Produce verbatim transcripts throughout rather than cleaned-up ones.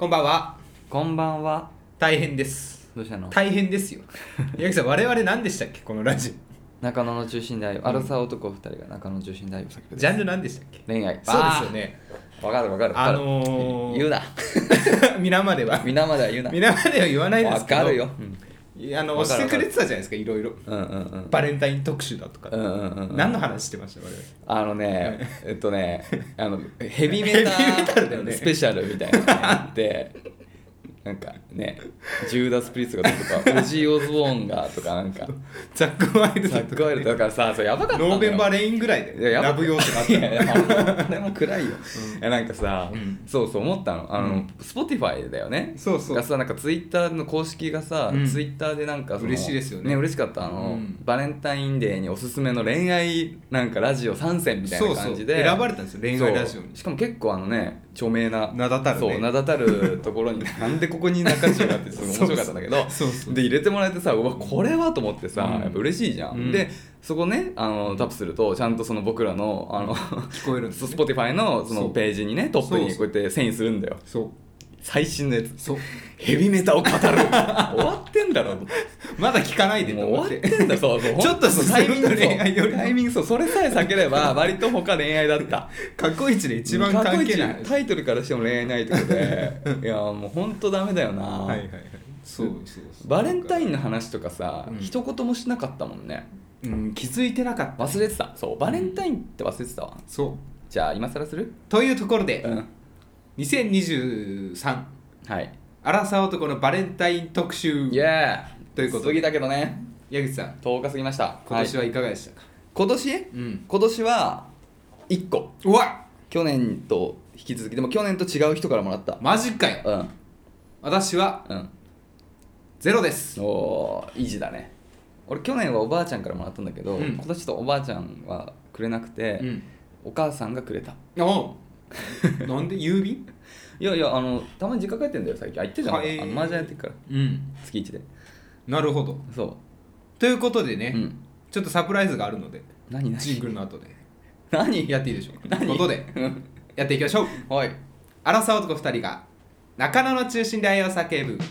こんばんは。 こんばんは。 大変です。 どうしたの？ 大変ですよ。八木さん、我々何でしたっけこのラジ中野の中心で愛を、アラサー男ふたりが中野の中心で愛を叫ぶ。 オ。ジャンル何でしたっけ？ 恋愛。 そうですよね。 わかるわかる。 あのー、 言うな。 皆までは。 皆までは言うな。 皆までは言わないですけど。 わかるよ。うんあの押してくれてたじゃないですか、いろいろ。 うんうんうん。 バレンタイン特集だとか。 うんうんうんうん。 何の話してました我々。 あのね、えっとね、あのヘビメタヘビメタルだよねスペシャルみたいなのがあって、なんかね、ジューダス・プリストがとか、オジー・オズボーンがとかなんか、 ザック・ワイルドザック・ワイルドだからさ、それやばかったんだよ。 ノーベンバー・レインぐらいでラブ用とかあったの。 いやいや、あれも暗いよ。 うんいやなんかさ、 うんそうそう思ったの。あの、 うん Spotify だよね。 そうそうがさ、なんか Twitter の公式がさ、 うん Twitter でなんかその嬉しいですよねね、嬉しかったあの、 うんバレンタインデーにおすすめの恋愛なんかラジオさん選みたいな感じでそうそう選ばれたんですよ、恋愛ラジオに。 そうしかも結構あのね、著名な名だたるねそう名だたるところになんでここに中条がってすごい面白かったんだけどそうそうで入れてもらえてさ、うわこれはと思ってさ、 うんやっぱ嬉しいじゃん、 うんでそこねあのタップするとちゃんとその僕らのあの聞こえるんですね。 Spotify のそそうのページにねトップにそうそうこうやって遷移するんだよ。 そう最新のやつそうヘビメタを語る終わってんだろまだ聞かないでともう思って終わってんだそうそうちょっとそうタイミング進んだ恋愛よりもタイミングそうそれさえ避ければ割と他恋愛だった過去一で一番関係ない。 過去一タイトルからしても恋愛ないってことでいやもうほんとダメだよな、 はいはいはい。そうそうそう。 バレンタインの話とかさ、 うん一言もしなかったもんね。 うん気づいてなかった。 忘れてた。そうバレンタインって忘れてたわ。 そう。 じゃあ今更する？ というところで、 うんにせんにじゅうさんはいアラサー男のバレンタイン特集イエーということで、 過ぎだけどね矢口さんとおか過ぎました。はい今年はいかがでしたか？ 今年うん。 今年はいっこうわ去年と引き続きでも去年と違う人からもらった。 マジかよ。 うん私はうんゼロです。 おーイージーだね。俺去年はおばあちゃんからもらったんだけど、 うん今年とおばあちゃんはくれなくて、 うん。 お母さんがくれた。 おうなんで郵便？ いやいやあのたまに実家帰ってんだよ最近。あ言ってんじゃん、 はいあの麻雀やってるからうん。 月一で。 なるほど。 そということでう、 ね、 うん、 ちょっとサプライズがあるので、 何何ジングルの後で何やっていいでしょうか。とい何うことで、 うんやっていきましょう。 おいアラサー男ふたりが中野の中心で愛を叫ぶ。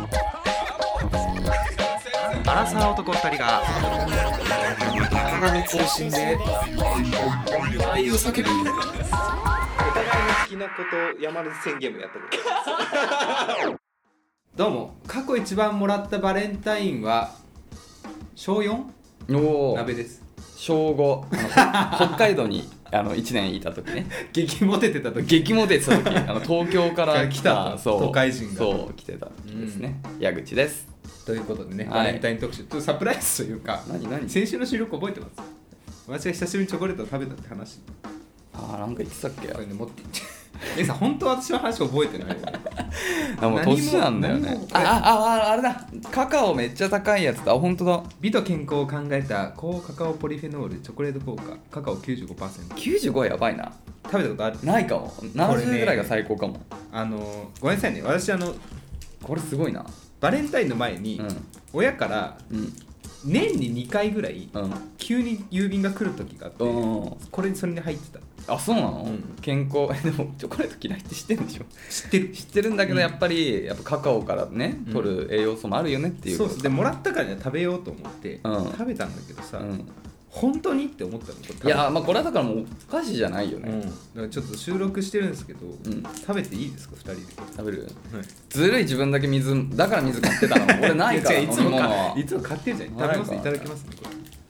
アラサー男ふたりが中野の中心で愛を叫ぶ。お互いの好きなことを山根宣言もやったことどうも、過去一番もらったバレンタインはしょうよんおお鍋です。 小ごあの北海道にあのいちねんいた時ね激モテてた時。 激モテてた時あの東京から来たそう都会人がそう来てた時ですね、矢口です。 ということでね、 はいバレンタイン特集、ちょっとサプライズというか、 何何先週の収録覚えてます？私が久しぶりにチョコレートを食べたって話。 あーなんか言ってたっけこれね、持ってえさん、本当は私の話覚えてないよね。 あもう年なんだよね何も。 ああああれだカカオめっちゃ高いやつだ。あ本当だ。 美と健康を考えた高カカオポリフェノールチョコレート効果カカオ きゅうじゅうごパーセント。 きゅうじゅうごはやばいな。 食べたことある？ ないかも。ななじゅうぐらいが最高かも。 あのごめんなさいね、私あのこれすごいな。 バレンタインの前に、 うん親からうん年ににかいぐらいうん急に郵便が来る時があって、 うんこれにそれに入ってた。 あそうなの、 うん健康えでもチョコレート嫌いって知ってるんでしょ。 知ってる？ 知ってるんだけど、 うんやっぱりやっぱカカオからねうん取る栄養素もあるよねっていう。 そうそう。でもらったからには食べようと思って、 うん食べたんだけどさ、 うん本当にって思ったの。これ食べいやまあこれはだからもうお菓子じゃないようん、 ね。 だからちょっと収録してるんですけど、 ん食べていいですかふたりで？ 食べるはいずるい。自分だけ水だから水買ってたの俺ないからや違ういつも飲み物かいつも買ってるじゃん。食べますないかいただきますねこ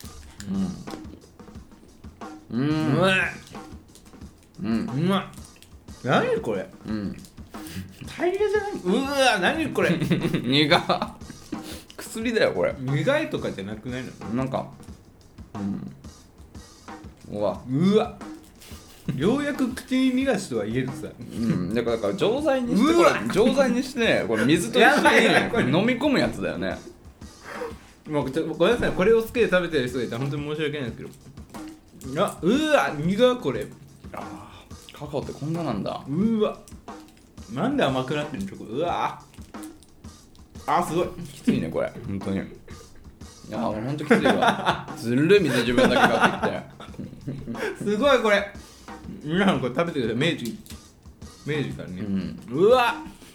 うんうれ。うんまいうんうまい。何これ？ うんタイヤじゃない？うわ何これ？ 苦っ薬だよこれ。 苦いとかじゃなくないの？ なんかうんうわうわようやく口に逃がしとは言えるさ。 うんだからだから錠剤にしてこうわれ錠剤にしてこれ水と一やばいやばいこれ緒に飲み込むやつだよね。 もうちょごめんなさい、これを好きで食べてる人がいたら本当に申し訳ないんですけど。あうわ苦いこれ。 あーカカオってこんななんだ。 うわなんで甘くなってるのチョコ。うわあすごい。 きついねこれ本当に。いやーほんときついわずるい水自分だけ買ってきてすごいこれ。皆さんこれ食べてください。明治明治からね。 うんうわ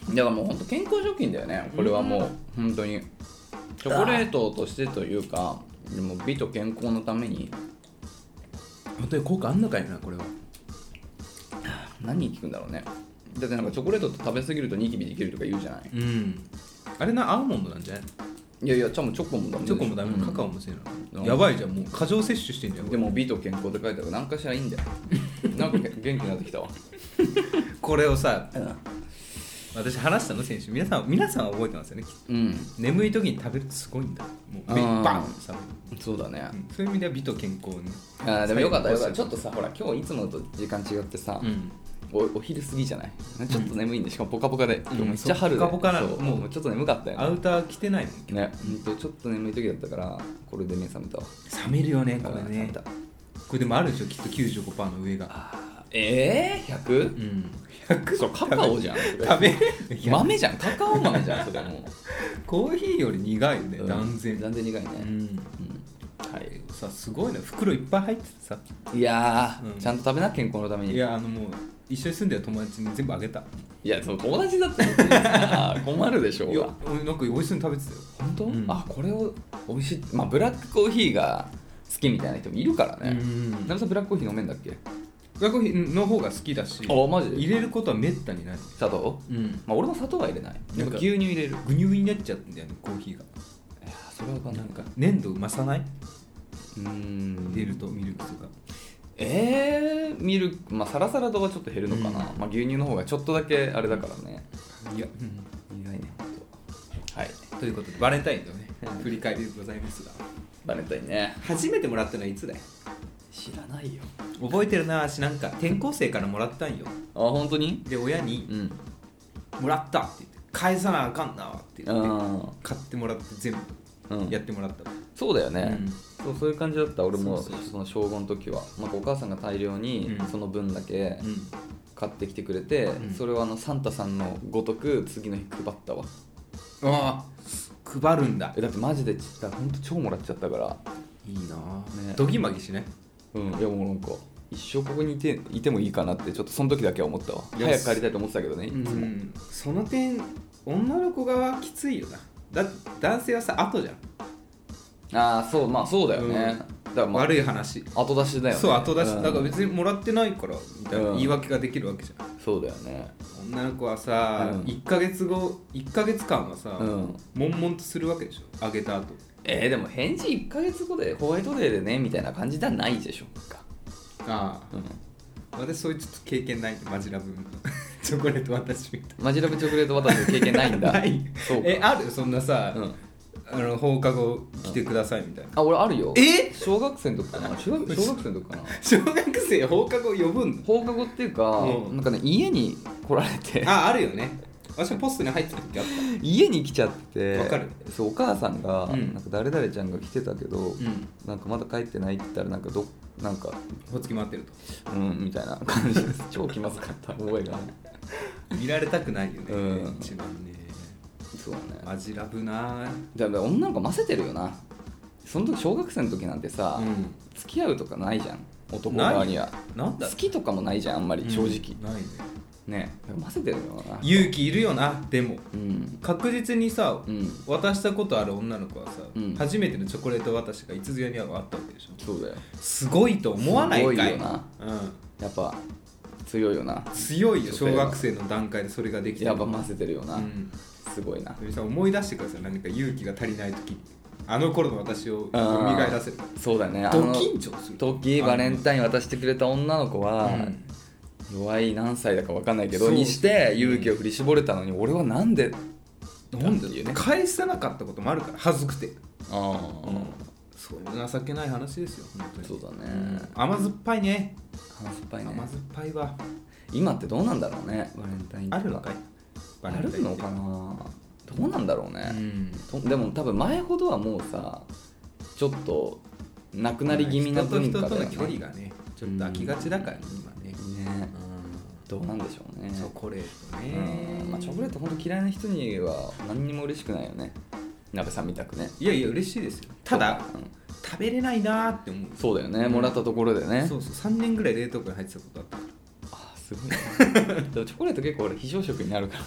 だからもうほんと健康食品だよねこれはもう本当にチョコレートとしてというかでも美と健康のために本当に効果あんのかいなこれは。 何に効くんだろうね。だってなんかチョコレートって食べ過ぎるとニキビできるとか言うじゃない。 うんあれなアーモンドなんじゃない？ いやいやチョコもダメ。 チョコもダメ、 うん、 カカオもせえな、 うん、 やばいじゃんもう過剰摂取してんじゃん。 でも美と健康って書いてある何かしらいいんだよなんか元気になってきたわこれをさ、 うん、 私話したの先週皆さん皆さんは覚えてますよねきっと、 うん、 眠い時に食べるとすごいんだもうベッバンさ、 そうだね、 うん、そういう意味では美と健康ね。 あでもよかったよかったちょっとさほら今日いつもと時間違ってさ、 うんお, お昼過ぎじゃないちょっと眠いんでしかもポカポカで、うん、今日めっちゃ春で、 ポカポカなのもうもうちょっと眠かったよね。 アウター着てないもんねほんとちょっと眠い時だったからこれで目覚めたわ。 冷めるよねこれね。 これでもあるでしょきっと きゅうじゅうごパーセント の上が。 えー、ひゃく? うんひゃくそれカカオじゃんそれ食べ豆じゃんカカオ豆じゃんそれもうコーヒーより苦いよね、 うん、 断然断然苦いね、 うんうんはいさすごいね袋いっぱい入っててさ。 いやー、 うん、 ちゃんと食べな健康のために。 いやあのもう一緒に住んでる友達に全部あげた。 いやその友達だってさ困るでしょういやが。 俺なんか美味しそうに食べてたよ本当、うん、あこれを美味しいまあブラックコーヒーが好きみたいな人もいるからね。なべさんブラックコーヒー飲めんだっけ？ ブラックコーヒーの方が好きだしあマジで入れることはめったにない。 砂糖？ うんまあ俺も砂糖は入れない。なんか牛乳入れる。 グニュグニになっちゃうんだよねコーヒーが。 いやそれはなんか粘度増さない？ うーん入れるとミルクとか。 えー、ミルクまあサラサラ度はちょっと減るのかな、 うん、 まあ牛乳の方がちょっとだけあれだからね。 いや、 うん、意外ね本当。はいということでバレンタインのね振り返りでございますが、 バレンタインね初めてもらったのはいつだよ？ 知らないよ。 覚えてるな私なんか転校生からもらったんよ。 あ本当に？ で親にうんもらったって言って返さなあかんなって言ってあ買ってもらって全部うんやってもらった、 そうだよね、 うんそうそういう感じだった俺もそうそうそうその小ごの時は、なんかお母さんが大量にうんその分だけうん買ってきてくれて、 うんそれをあのサンタさんのごとく次の日配ったわ。 ああ配るんだ。 えだってマジでちったほんと超もらっちゃったからいいなあ、 ねドギマギしない？ うんいやもうなんか一生ここにいていてもいいかなってちょっとその時だけは思ったわ。 いや早く帰りたいと思ってたけどねいつも、 うんその点女の子側はきついよな。だって男性はさ後じゃん。 ああそうまあそうだよね、 うんだからまあ悪い話。 後出しだよね。 そう後出し、 うんだから別にもらってないからみたいなうん言い訳ができるわけじゃん。 そうだよね。 女の子はさ、 うんいっかげつごいっかげつかんはさ、 うん悶々とするわけでしょあげた後。 えー、でも返事いっかげつごでホワイトデーでねみたいな感じではないでしょうか。 ああうん私そういうちょっと経験ないんでマジラブチョコレート渡しみたいマジラブチョコレート渡す経験ないんだ。 なないそうか。 えあるそんなさ、 うん、 あの放課後来てくださいみたいな。 あ俺あるよ。 え小学生の時かな小学小学生の時かな小学生放課後呼ぶんだ。 放課後っていうか、 うんなんかね家に来られてああるよね。私もポストに入ってた時あっ家に来ちゃってわかるそうお母さんが、 うんなんか誰々ちゃんが来てたけど、 た。うんなんかまだ帰ってないって言ったらなんかどなんかほつき回ってるとうんみたいな感じです超気まずかった覚えがね。 見られたくないよね、 うん一番ね。 そうだね。 マジラブな。 じゃあ女の子ませてるよな。その時小学生の時なんてさ、 うん付き合うとかないじゃん男側には。 なんだ好きとかもないじゃんあんまり正直、 うんないね。 ねませてるよな。 勇気いるよな。でもうん確実にさ、 うん渡したことある女の子はさ、 うん初めてのチョコレート渡しがいつぞやにはあったわけでしょ。 そうだよ。 すごいと思わないかい？ すごいよなうやっぱ強いよな。 ん、強いよ小学生の段階でそれができてやっぱませてるよな、 うん、 すごいな。 それさ思い出してください。何か勇気が足りない時あの頃の私を蘇らせる。 そうだね。あドの緊張する時バレンタイン渡してくれた女の子は、 うん弱い何歳だか分かんないけどそうにして勇気を振り絞れたのに俺はなんでなんでっていうね。 返さなかったこともあるから恥ずくて、 ああ、 そういう情けない話ですよ本当に。 そうだね、 うん甘酸っぱいね。 甘酸っぱいね。 甘酸っぱいは今ってどうなんだろうねバレンタインとかあるのかい？バレあンタインってるのかなどうなんだろうね、 うんとでも多分前ほどはもうさちょっとなくなり気味な文化だよね。 人と人との距離がねちょっと空きがちだからね今ね。 ねどうなんでしょうね。 チョコレートねうんまあ、チョコレート本当嫌いな人には何にも嬉しくないよね。鍋さんみたくね。 いやいや嬉しいですよ。ただうん食べれないなーって思う。 そうだよね、 うんもらったところでね。 そうそうさんねんぐらい冷凍庫に入ってたことあったから。 あすごいねでもチョコレート結構俺非常食になるから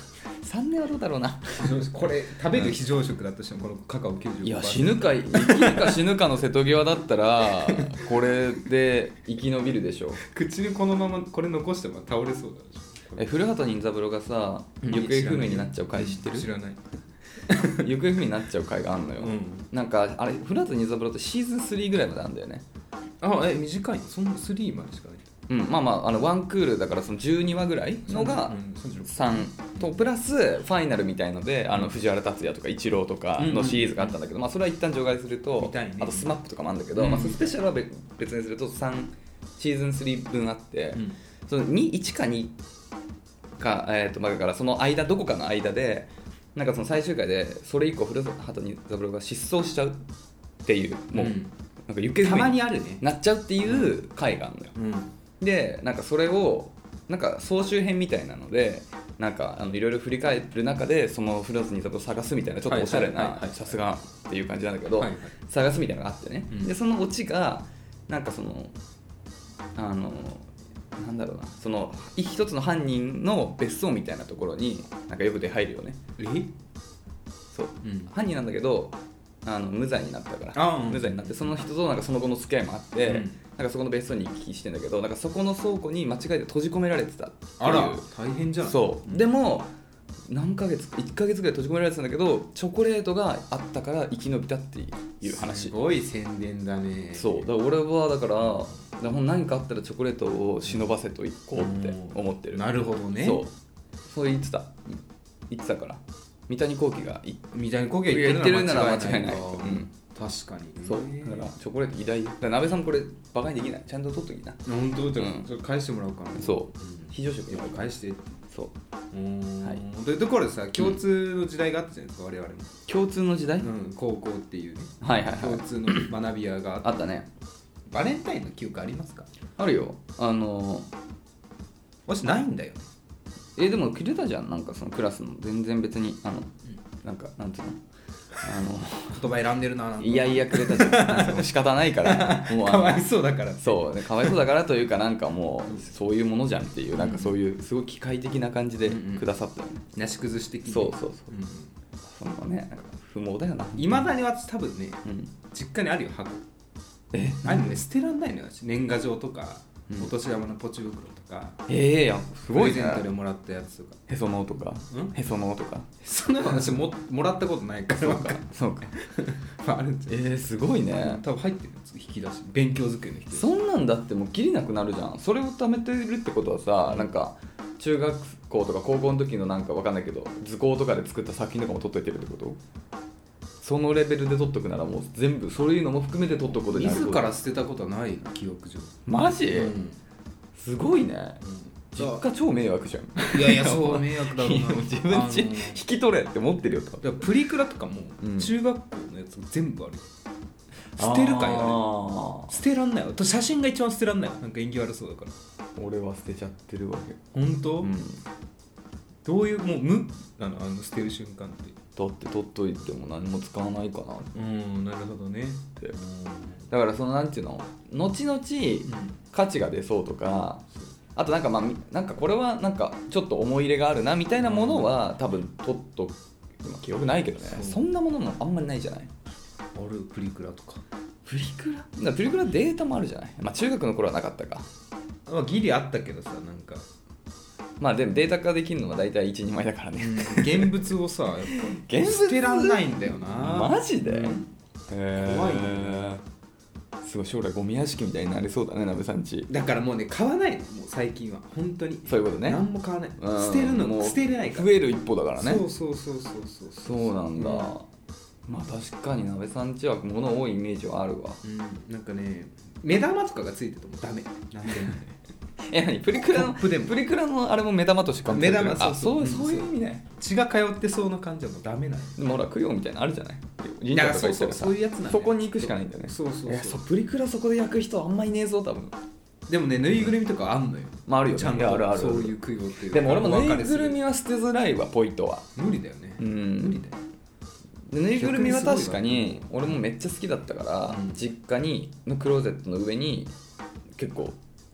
さんねんはどうだろうな。 これ食べる非常食だとしてもこのカカオ きゅうじゅうごパーセント。 いや死ぬか生きるか死ぬかの瀬戸際だったらこれで生き延びるでしょ。 口にこのままこれ残しても倒れそうだでしょ。 え古畑任三郎がさうん行方不明になっちゃう回知ってる？ 知らない。 行方不明になっちゃう回があんのよ、 うんなんかあれ古畑任三郎ってシーズンスリーぐらいまであるんだよね。 あえ短いのそんなスリーまでしかない。 うん、まあまああのワンクールだからそのじゅうにわぐらいのがうんさんじゅうろくさんとプラスファイナルみたいのであの藤原竜也とかイチローとかのシリーズがあったんだけど、まあ、それは一旦除外すると見たいねあとスマップとかもあるんだけど、 うんまあ、そのスペシャルは別別にするとさんシーズンスリーぶんあって、 うんそのにいちかにか、えー、とまあだからその間どこかの間でなんかその最終回でそれ以降古畑任三郎が失踪しちゃうっていうもう、 うんなんか行方た不明にまにあるね。 なっちゃうっていう回があるのよ。 うんでなんかそれをなんか総集編みたいなのでなんかあのいろいろ振り返る中でその古畑任三郎を探すみたいなちょっとおしゃれはいはいはいはいなさすがっていう感じなんだけど、 はいはい探すみたいなのがあってね、 うんでそのオチがなんかそのあのなんだろうなその一つの犯人の別荘みたいなところになんかよく出入るよね。 えそううん犯人なんだけどあの無罪になったからあうん無罪になってその人となんかその後の付き合いもあって、 うんなんかそこの別荘に行き来してんだけどなんかそこの倉庫に間違えて閉じ込められてたっていうあら大変じゃん。 そう、 んでも何ヶ月いっかげつぐらい閉じ込められてたんだけどチョコレートがあったから生き延びたっていう話。 すごい宣伝だね。 そうだから俺はだからだからほん何かあったらチョコレートを忍ばせといこうって思ってる。 なるほどね。 そうそう言ってた言ってたから三谷幸喜が言っみたいに焦げ言ってるなら間違いないかと、うん、 確かにね。 そうだからチョコレート偉大よだから鍋さんもこれバカにできないちゃんと取っときな。 本当だうんそれ返してもらおうかな。 そううん非常食やっぱ返して。 そううーんはいでところでさ共通の時代があったじゃないですか我々も。 共通の時代、 うん高校っていうねはいはいはい共通の学び屋があった。 あったねバレンタインの記憶ありますか？ あるよあの私ないんだよね。 えでもくれたじゃんなんかそのクラスの全然別にあの、なんかなんていうのあ言葉選んでるななんかのいやいやくれたじゃん仕方ないからもうあのかわいそうだから。 そうねかわいそうだからというかなんかもうそういうものじゃんっていうなんかそういうすごい機械的な感じでくださったよね、 なし崩し的に。 そうそうそううんそんなねなんか不毛だよな。 いまだに私多分ねうん実家にあるよ箱。 えあれもね捨てらんないのよ私年賀状とかうんお年玉のポチ袋とかええやんすごいねプレゼントでもらったやつとか。 へその緒とかんへその緒とかそんなの私ももらったことないからそうかそうかあるんじゃん。 えー、すごいね多分入ってるやつ引き出し勉強机の引き出し。 そんなんだってもうきりなくなるじゃん。それを貯めてるってことはさなんか中学校とか高校の時のなんかわかんないけど図工とかで作った作品とかも取っといてるってこと？そのレベルで取っとくならもう全部そういうのも含めて取っとくことになる。 自ら捨てたことはないな記憶上。 マジ、 うんすごいね。 うん実家超迷惑じゃん。 いやいやそう迷惑だろうな。 いやもう自分ちあの引き取れって持ってるよと。 だからプリクラとかもうん中学校のやつ全部あるよ。捨てるかよああれ捨てらんないわ。と写真が一番捨てらんないわ。なんか縁起悪そうだから。 ー俺は捨てちゃってるわけ。 本当、 うん。 どういうもう無なのあの捨てる瞬間って。 だって取っといても何も使わないかなっうんなるほどね。 て。だからそのなんていうの後々価値が出そうとかあとなんかまあみなんかこれはなんかちょっと思い入れがあるなみたいなものは多分取っと今記憶ないけどねそうそんなものもあんまりないじゃないあるプリクラとか。 プリクラだからプリクラデータもあるじゃないまあ中学の頃はなかったかまあギリあったけどさなんか、 まあでもデータ化できるのは大体いち、にまいだからね現物をさやっぱ現物捨てらんないんだよな。 マジで、 うんへー怖いねすごい将来ゴミ屋敷みたいになりそうだねなべさんちだからもうね買わないのもう最近は本当にそういうことね何も買わない。 うん捨てるのもう捨てれないから。 増える一歩だからねそうそうそうそうそうそうなんだ、まあ確かになべさんちは物多いイメージはあるわうん、なんかね目玉とかがついててもダメなんでもえ何プリクラのコップでもプリクラのあれも目玉として考えてる目玉あそうそうそうそういう意味ね血が通ってそうな感じはもうダメなの。 でもほら供養みたいなのあるじゃない神だから社とか行ったらさそうそうそういうやつなんだよそこに行くしかないんだよねそうそうそうえそうプリクラそこで焼く人あんまいねえぞ多分でもねぬいぐるみとかあんのよ。 まああるよねちゃんいやあるあるとそういう供養っていうでも俺もぬいぐるみみは捨てづらいわポイントは無理だよね、 うん無理だよ。 でぬいぐるみは確かに俺もめっちゃ好きだったから、 うん実家にのクローゼットの上に結構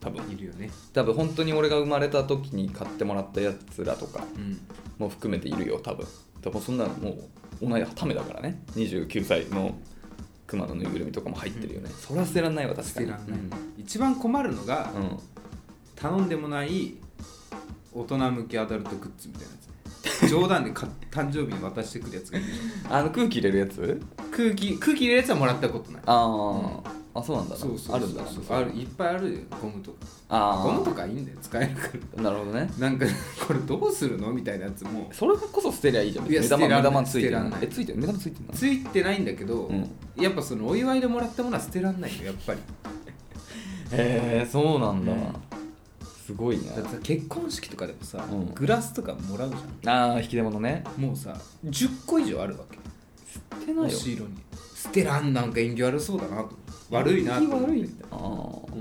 多分いるよね。 多分本当に俺が生まれた時に買ってもらったやつらとかうんも含めているよ多分。多分そんなのもう同いためだからね。にじゅうきゅうさいの熊のぬいぐるみとかも入ってるよね、うん、それは捨てらんないわ確かに。 捨てらんない、 うん、 一番困るのが、 うん、 頼んでもない大人向けアダルトグッズみたいなやつ冗談でか誕生日に渡してくるやつがいる。 あの空気入れるやつ空気空気入れるやつはもらったことない。 あ、 うん、 あそうなんだな。 そうそうそうあるんだな。 ある、いっぱいあるよ。ゴムとか。 あゴムとかいいんだよ、使えるから。 なるほどね。 なんかこれどうするのみたいなやつもそれこそ捨てりゃいいじゃん。 いや目玉目玉ついてる捨てらんない。 えついてる目玉ついてるのついてないんだけど、 うん、 やっぱそのお祝いでもらったものは捨てらんないよやっぱり。 へえそうなんだ、うん、すごいね。 だってさ結婚式とかでもさ、 うん、 グラスとかもらうじゃん。 ああ引き出物ね。 もうさじゅっこ以上あるわけ。 捨てないよ。 後ろに捨てらん、なんか縁起悪そうだなと。悪いなと。 縁起悪い。ああ、うん、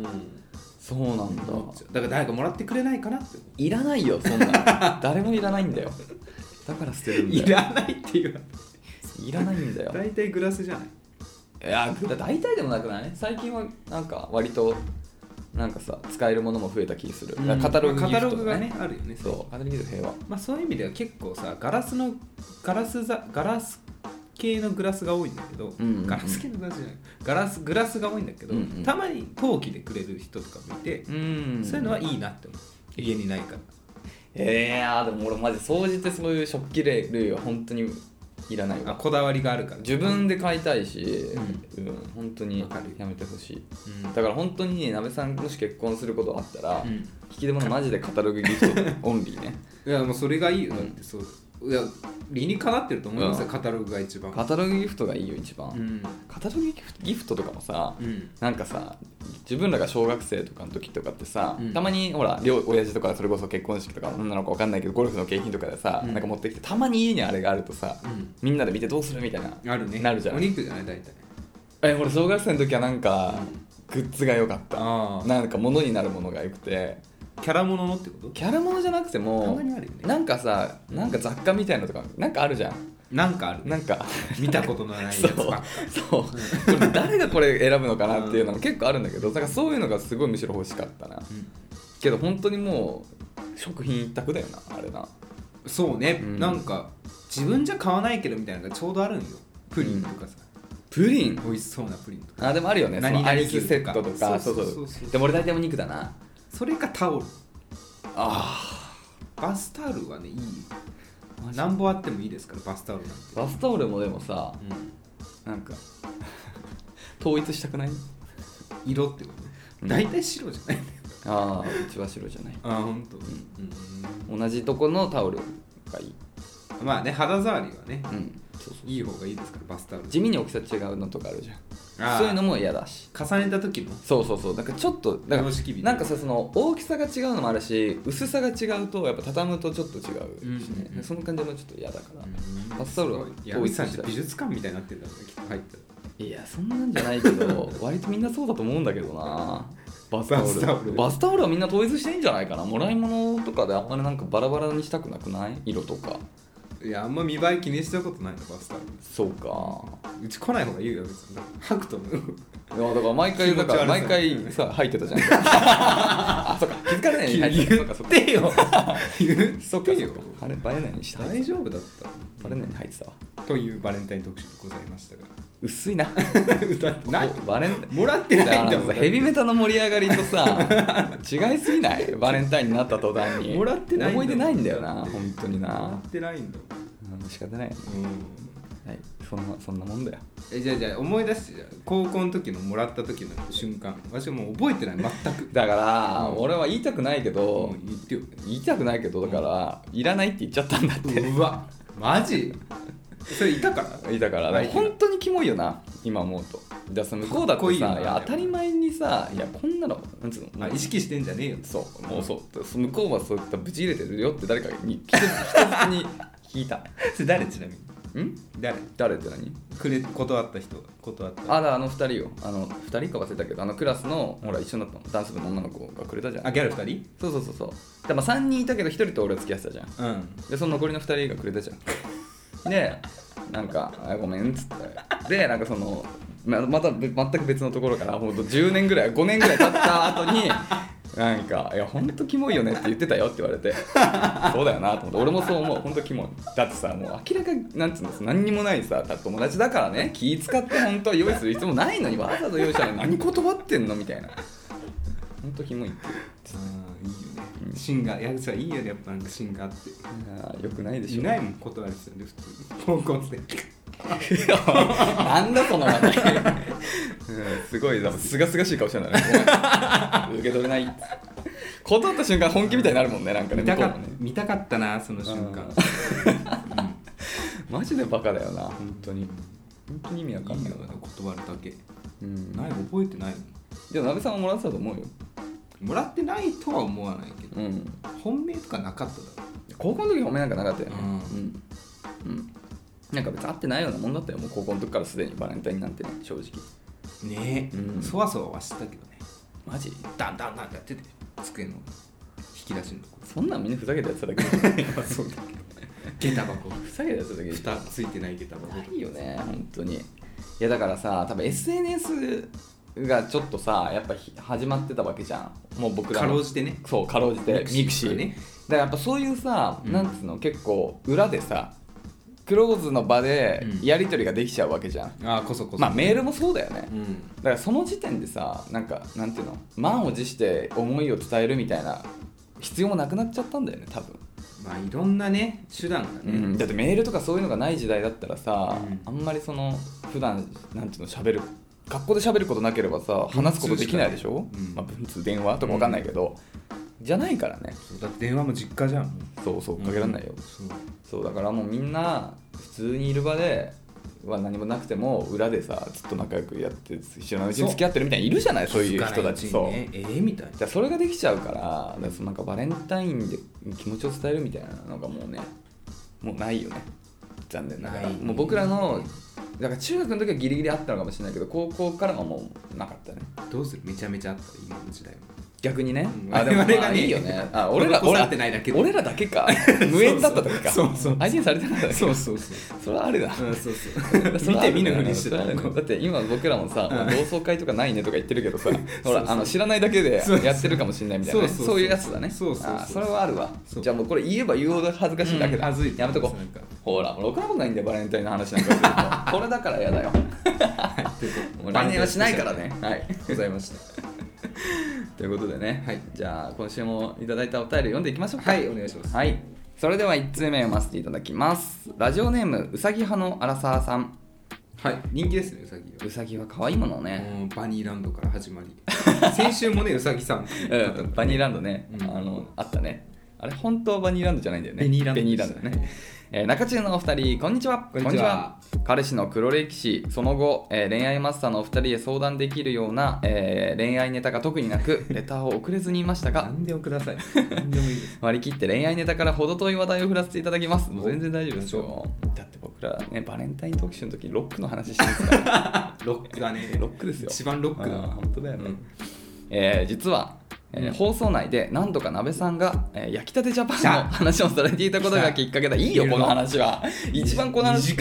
そうなんだ。 だから誰かもらってくれないかなって。 いらないよそんな誰もいらないんだよ。だから捨てるんだよ。 いらないっていう。 いらないんだよ。 大体グラスじゃない。 いや大体でもなくない？最近はなんか割となんかさ使えるものも増えた気する、うん、カタログギフト、ね、 カタログがねあるよね。 そうカタログギフト平和。 まあそういう意味では結構さガラスのガラスざガラス系のグラスが多いんだけど、うんうんうん、ガラス系のグラスじゃないガラスグラスが多いんだけど、うんうん、たまに陶器でくれる人とかもいて、うんうん、そういうのはいいなって思う。家にないから。 えー、でも俺マジ総じてそういう食器類は本当にいらないわ。 あこだわりがあるから自分で買いたいし、うんうん、本当にやめてほしい、うん、だから本当になべさんもし結婚することあったら、うん、引き出物マジでカタログギフトオンリーね。 いやもうそれがいいよ、だってそう、いや理にかなってると思いますよ、うん、カタログが一番。 カタログギフトがいいよ一番、うん、カタログギフト、ギフトとかもさ、うん、なんかさ自分らが小学生とかの時とかってさ、うん、たまにほら両親父とかそれこそ結婚式とか女の子わかんないけどゴルフの景品とかでさ、うん、なんか持ってきてたまに家にあれがあるとさ、うん、みんなで見てどうするみたいなあるね、 なるじゃん。 お肉じゃない大体。 え俺小学生の時はなんか、うん、グッズが良かった。なんか物になるものが良くて。 キャラもののってこと？ キャラものじゃなくてもたまにあるよね。 なんかさなんか雑貨みたいなのとかなんかあるじゃん。 なんかある、ね、 なんか見たことのないやつばっかそう、そうこれ誰がこれ選ぶのかなっていうのも結構あるんだけど、だからそういうのがすごいむしろ欲しかったな、うん、けど本当にもう食品一択だよなあれな。 そうね、うん、なんか自分じゃ買わないけどみたいなのがちょうどあるんよ。プリンとかさ、うん、 プリン美味しそうなプリンとか。 あでもあるよね、 何々 アイスセットとか。そうそうそうそう。でも俺大体お肉だな。 それかタオル。 ああバスタオルはねいい。何本あってもいいですからバスタオルなんて。 バスタオルもでもさ、うん、なんか統一したくない？ 色ってことね、うん、大体白じゃない。 ああうちは白じゃない。 ああほんと、 うん、同じとこのタオルがいい。 まあね肌触りはね、 うん、そうそういい方がいいですからバスタオル。 地味に大きさ違うのとかあるじゃん。そういうのも嫌だし、 重ねた時のそうそうそう、だからちょっとだからなんかさその大きさが違うのもあるし薄さが違うとやっぱ畳むとちょっと違うしね、うんうん、その感じもちょっと嫌だから、うん、バスタオルは統一した。美術館みたいになってるんだろうねきっと入ったら。 いやそんなんじゃないけど割とみんなそうだと思うんだけどな。バスタオルバスタオルバスタオルはみんな統一していいんじゃないかな。もらい物とかであんまりなんかバラバラにしたくなくない？色とか。 いやあんま見栄え気にしたことないのバスタオル。 そうかうち来ない方がいいよ別に。履くと思う。 いやだから毎回だから毎回さ入ってたじゃん。あそっか気づかれないように入ってた。 言ってよ言ってよ。 あれバレないようにした。 大丈夫だった。 バレないように入ってたわ。 というバレンタイン特集でございましたが薄いな。 なバレンもらってないんだもん。 ヘビメタの盛り上がりとさ違いすぎない？バレンタインになった途端にもらってないんだもん。 思い出ないんだよな本当にな。もらってないんだもん。仕方ないよね。うん、はいそんなそんなもんだよ。 えじゃあじゃあ思い出してじゃあ高校の時のもらった時の瞬間。私はもう覚えてない全く。 だから、うん、俺は言いたくないけど、 うん、言ってよ。 言いたくないけどだから、うん、いらないって言っちゃったんだって。 うわマジ？それいたからいたからだから本当にキモいよな今思うと。だから向こうだってさいいいや当たり前にさいやこんなのなんつうの、 あ、意識してんじゃねえよ。 そうもうそう向こうはそういったブチ入れてるよって誰かに一つに聞いた。 それ誰ちなみにん誰誰って何くれ断った人断ったあだあのふたりよ。あのふたりか忘れたけどあのクラスのほら一緒になったのダンス部の女の子がくれたじゃん。 あギャルふたり。 そうそうそうそうでもさんにんいたけどひとりと俺は付き合ってたじゃん、うん、でその残りのふたりがくれたじゃん。でなんかあごめんっつってでなんかそのま, また全く別のところからほんとじゅうねんぐらいごねんぐらい経った後になんかいやほんとキモいよねって言ってたよって言われてそうだよなと思って、俺もそう思う。ほんとキモい。だってさもう明らかなんつうんです何にもないさ友達だからね気使って本当は用意する必要もないのにわざわざ用意したのに何断ってんのみたいな。ほんとキモいって。 ああいいよね、うん、芯がやるさいいよねやっぱなんか芯があって。 あよくないでしょ。 いないもん断りですよね普通に高校生なんだその話題、うん、すごいすがすがしい顔してるんだね受け取れない断った瞬間本気みたいになるもんね。なんかね見たか、 ね見たかったなその瞬間、 うん、マジでバカだよな本当に。本当に意味わかんない。いいよ断るだけ、 うん、 ない覚えてないの。 いや鍋さんはもらってたと思うよ。 もらってないとは思わないけど、 うん、 本命とかなかっただろ。 高校の時本命なんかなかったよね。 うん、 うんうん、なんか別に会ってないようなもんだったよ。もう高校の時からすでにバレンタインなんてね正直ねえ、うん、そわそわはしてたけどね。 マジダンダンダンってやってて机の引き出しのとこそんなんみんなふざけたやつだけどそうだけど下駄箱ふざけたやつだけど蓋ついてない下駄箱ないよね本当に。いやだからさ多分 エスエヌエス がちょっとさやっぱ始まってたわけじゃん。もう僕らかろうじてね。 そうかろうじてミクシーね。だからやっぱそういうさ、うん、なんつうの結構裏でさクローズの場でやり取りができちゃうわけじゃん、 うん、ああこそこそ、 まあメールもそうだよね、 うん、 だからその時点でさなんかなんていうの満を持して思いを伝えるみたいな必要もなくなっちゃったんだよね多分。 まあいろんなね手段がね、 うん、だってメールとかそういうのがない時代だったらさ、うん、あんまりその普段なんていうの喋る学校で喋ることなければさ話すことできないでしょ、うんまあ、文通電話とか分かんないけど、うん、じゃないからね。 そうだって電話も実家じゃん。 そうそうかけらんないよ、うん、そう、そうだからもうみんな普通にいる場では何もなくても裏でさずっと仲良くやって一緒のうちに付き合ってるみたいにいるじゃない。そういう人たち。そうええー、みたいな。 じゃあそれができちゃうからだからそのなんかバレンタインで気持ちを伝えるみたいなのがもうねもうないよね残念ながら。もう僕らのだから中学の時はギリギリあったのかもしれないけど高校からはもうなかったね。 どうするめちゃめちゃあったら今の時代は逆にね、 うん、あでもまあいいよね。 あ俺ら俺らってないだけで俺らだけか無縁だった時か。 そうそうそう相手にされてなかっただけ。 そうそうそうそれはあれだ、 うん、そうそう見て見ぬふりしてた。 だって今僕らもさ、うん、同窓会とかないねとか言ってるけどさほらあの知らないだけでやってるかもしれないみたいな、ね、そうそうそうそういうやつだね。 そうそうそうあそれはあるわ。じゃあもうこれ言えば言うほど恥ずかしいだけだ、うん、やめとこう。ほらろくなことないんだよバレンタインの話なんかするとこれだからやだよもう来年はしないからね。はいございましたということでね、はい、じゃあ今週もいただいたお便り読んでいきましょうか。 はいお願いします。 はい、それではいち通目読ませていただきます。ラジオネームうさぎ派のアラサーさん。 はい人気ですねうさぎは。 うさぎは可愛いものね。 バニーランドから始まり先週もねうさぎさん、 うん、バニーランドね、うん、あのあったね。あれ本当はバニーランドじゃないんだよね。 ベニーランド、 ベニーランドね。えー、中中のお二人こんにちは。 こんにちは。 彼氏の黒歴史その後、えー、恋愛マスターのお二人へ相談できるような、えー、恋愛ネタが特になくレターを送れずにいましたが何でもください何でもいいです割り切って恋愛ネタから程遠い話題を振らせていただきます。もう全然大丈夫ですよ。だって僕らねバレンタイン特集の時ロックの話してますからロックだね。 ロックですよ。 一番ロックだ。 本当だよね、うんえー、実はえーうん、放送内で何度か鍋さんが、えー、焼きたてジャパンの話をされていたことがきっかけだ。いいよこの話は一番この話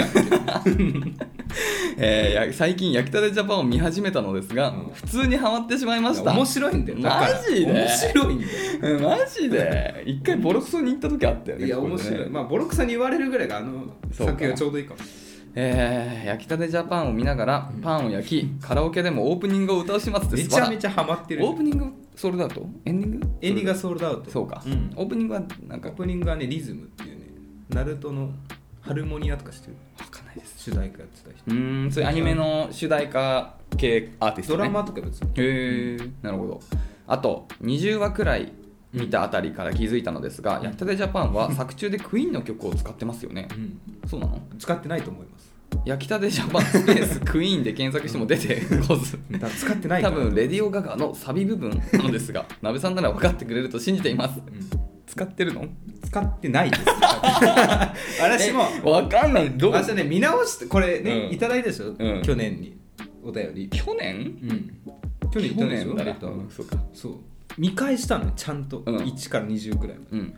えー、最近焼きたてジャパンを見始めたのですが、うん、普通にハマってしまいました。 面白いんだよ。 マジで面白いんだよマジで一回ボロクソに行った時あったよね。 いや面白い、ね、まあボロクソに言われるぐらいがあの作品がちょうどいいかも。 えー、焼きたてジャパンを見ながらパンを焼き、うん、カラオケでもオープニングを歌う始末です。 めちゃめちゃハマってる。 オープニングソールドアウトエンディングエンディングがソールドアウト。 そうか、 うん、 オープニングはなんかオープニングはねリズムっていうねナルトのハルモニアとかしてる。 わかんないです。 主題歌やってた人。 うーんそういうアニメの主題歌系アーティスト、ね、 ドラマとか別に。 へえなるほど。あとにじゅうわくらい見たあたりから気づいたのですが、うん、焼きたてジャパンは作中でクイーンの曲を使ってますよね、うん、そうなの？ 使ってないと思います。 焼きたてジャパンスペースクイーンで検索しても出てこず使ってない多分レディオガガのサビ部分なのですが鍋さんなら分かってくれると信じています、うん、使ってるの？ 使ってないです私も分かんない。どう私ね見直してこれね、うん、いただいたでしょ、うん、去年にお便り。 去年？ うん去年いたでしょ。 去年だ、うん、そうかそう見返したのちゃんと、うん、いちからにじゅうくらいまで、うん